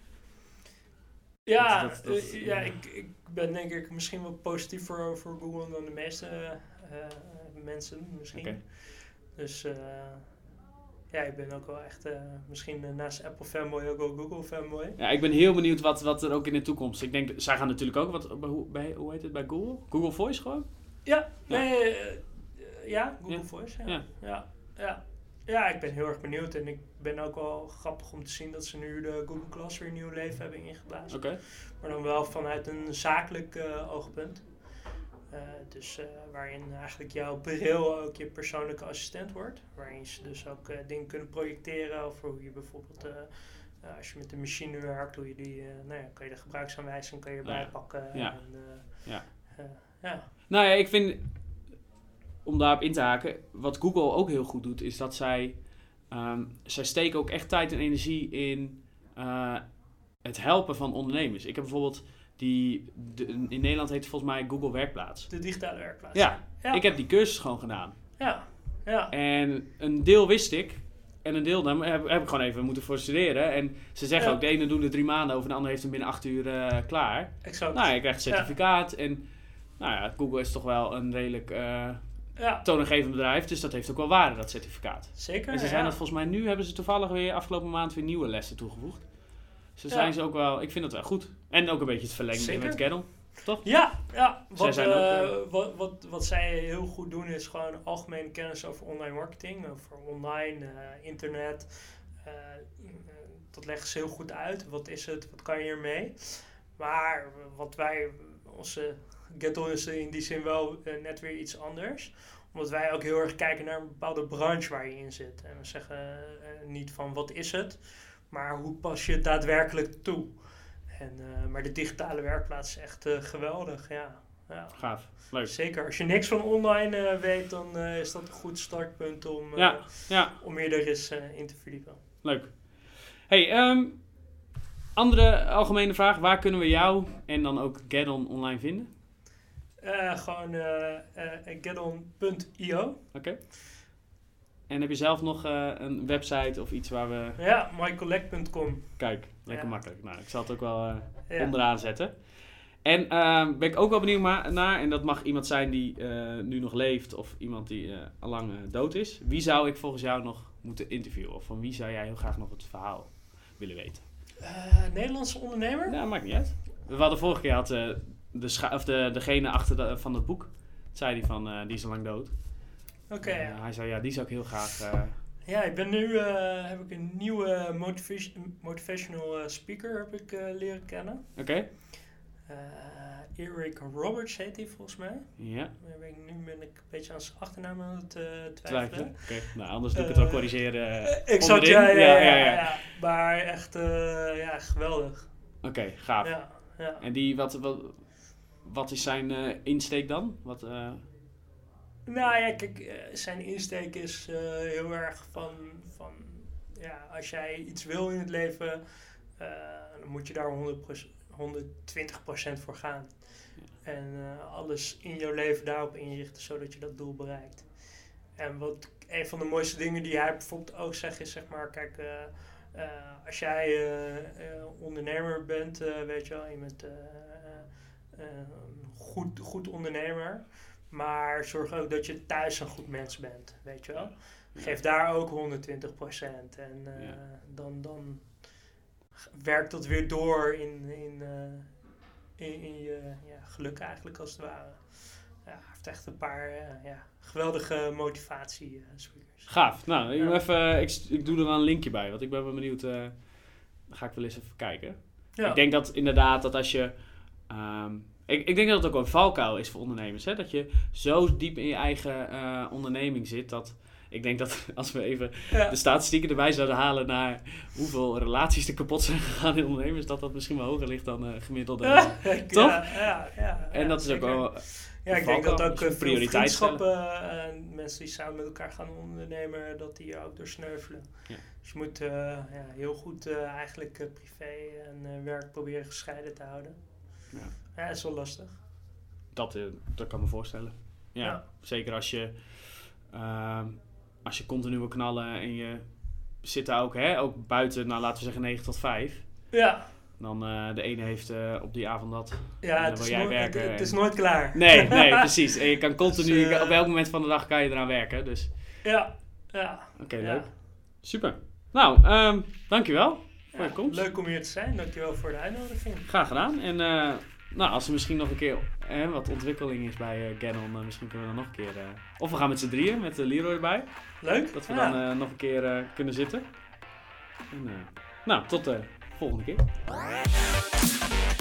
Ja, ik ben denk ik misschien wel positief voor Google dan de meeste mensen misschien. Okay. Dus ik ben ook wel echt misschien naast Apple fanboy ook wel Google fanboy. Ja, ik ben heel benieuwd wat er ook in de toekomst... Ik denk, zij gaan natuurlijk ook hoe heet het bij Google? Google Voice gewoon? Ja. Nee, Ja, Google Voice. Ja, ik ben heel erg benieuwd. En ik ben ook wel grappig om te zien dat ze nu de Google Glass weer een nieuw leven hebben ingeblazen. Oké. Maar dan wel vanuit een zakelijk oogpunt. Waarin eigenlijk jouw bril ook je persoonlijke assistent wordt. Waarin ze dus ook dingen kunnen projecteren over hoe je bijvoorbeeld... als je met de machine werkt, hoe je die... kan je de gebruiksaanwijzing kan je erbij pakken. Nou ja, ik vind... Om daarop in te haken, wat Google ook heel goed doet, is dat zij steken ook echt tijd en energie in het helpen van ondernemers. Ik heb bijvoorbeeld in Nederland heet het volgens mij Google Werkplaats. De digitale werkplaats. Ja, ik heb die cursus gewoon gedaan. Ja. En een deel wist ik. En een deel daar heb ik gewoon even moeten voor studeren. En ze zeggen ook, de ene doen er 3 maanden over, de andere heeft hem binnen 8 uur klaar. Exact. Nou, je krijgt een certificaat. En Google is toch wel een redelijk toonaangevend bedrijf. Dus dat heeft ook wel waarde, dat certificaat. Zeker. En ze zijn dat volgens mij nu, hebben ze toevallig weer afgelopen maand weer nieuwe lessen toegevoegd. Dus zijn ze ook wel, ik vind dat wel goed. En ook een beetje het verlengde met Gaddon. Toch? Ja. Wat zij heel goed doen is gewoon algemene kennis over online marketing, over online, internet. Dat leggen ze heel goed uit. Wat is het? Wat kan je ermee? Maar wat onze Gaddon is in die zin wel net weer iets anders. Omdat wij ook heel erg kijken naar een bepaalde branche waar je in zit. En we zeggen niet van wat is het, maar hoe pas je het daadwerkelijk toe? Maar de digitale werkplaats is echt geweldig, ja. Gaaf, leuk. Zeker, als je niks van online weet, dan is dat een goed startpunt om je er eens in te verdiepen. Leuk. Hey, andere algemene vraag. Waar kunnen we jou en dan ook Gaddon online vinden? Gewoon gaddon.io. Oké. En heb je zelf nog een website of iets waar we... Ja, michaellek.com. Kijk, lekker makkelijk. Nou, ik zal het ook wel onderaan zetten. En ben ik ook wel benieuwd naar, en dat mag iemand zijn die nu nog leeft of iemand die al lang dood is. Wie zou ik volgens jou nog moeten interviewen? Of van wie zou jij heel graag nog het verhaal willen weten? Nederlandse ondernemer? Ja, maakt niet uit. We hadden vorige keer degene achter van het boek, zei die van, die is al lang dood. Oké. Hij zei, die zou ik heel graag... ik ben nu heb ik een nieuwe motivational speaker heb ik leren kennen. Oké. Eric Roberts heet hij volgens mij. Ja. Nu ben ik een beetje aan zijn achternaam aan het twijfelen. Oké. Nou, anders doe ik het wel corrigeren. Exact, ja. Maar echt, geweldig. Oké, gaaf. Ja. En die, wat is zijn insteek dan? Nou ja, kijk, zijn insteek is heel erg van als jij iets wil in het leven, dan moet je daar 120% voor gaan. Ja. En alles in jouw leven daarop inrichten, zodat je dat doel bereikt. En wat een van de mooiste dingen die hij bijvoorbeeld ook zegt, is zeg maar, kijk, als jij ondernemer bent, weet je wel, je bent goed ondernemer, maar zorg ook dat je thuis een goed mens bent, weet je wel. Geef daar ook 120% en dan werkt dat weer door in je geluk eigenlijk als het ware. Ja, hij heeft echt een paar geweldige motivatie-speakers. Gaaf. Nou, ik doe er wel een linkje bij, want ik ben wel benieuwd. Dan ga ik wel eens even kijken. Ja. Ik denk dat inderdaad dat als je... Ik denk dat het ook een valkuil is voor ondernemers. Hè? Dat je zo diep in je eigen onderneming zit. Dat ik denk dat als we even de statistieken erbij zouden halen naar hoeveel relaties er kapot zijn gegaan in ondernemers, dat misschien wel hoger ligt dan gemiddeld. Toch? Ja. En dat is ook wel... Ja, ik denk dat ook veel vriendschappen, mensen die samen met elkaar gaan ondernemen, dat die ook doorsneuvelen. Ja. Dus je moet heel goed eigenlijk privé en werk proberen gescheiden te houden. Ja, dat is wel lastig. Dat kan me voorstellen. Ja. Zeker als je continu wil knallen en je zit daar ook buiten, nou laten we zeggen 9 tot 5. Ja. Dan de ene heeft op die avond dat. Ja, dan wil jij werken. Het is nooit klaar. Nee, precies. En je kan continu, op elk moment van de dag kan je eraan werken. Dus. Ja. Oké, leuk. Super. Nou, dankjewel voor je komst. Leuk om hier te zijn. Dankjewel voor de uitnodiging. Graag gedaan. En nou, als er misschien nog een keer wat ontwikkeling is bij Ganon, misschien kunnen we dan nog een keer... of we gaan met z'n drieën, met Leroy erbij. Leuk. Dat we dan nog een keer kunnen zitten. En, nou, tot de volgende keer.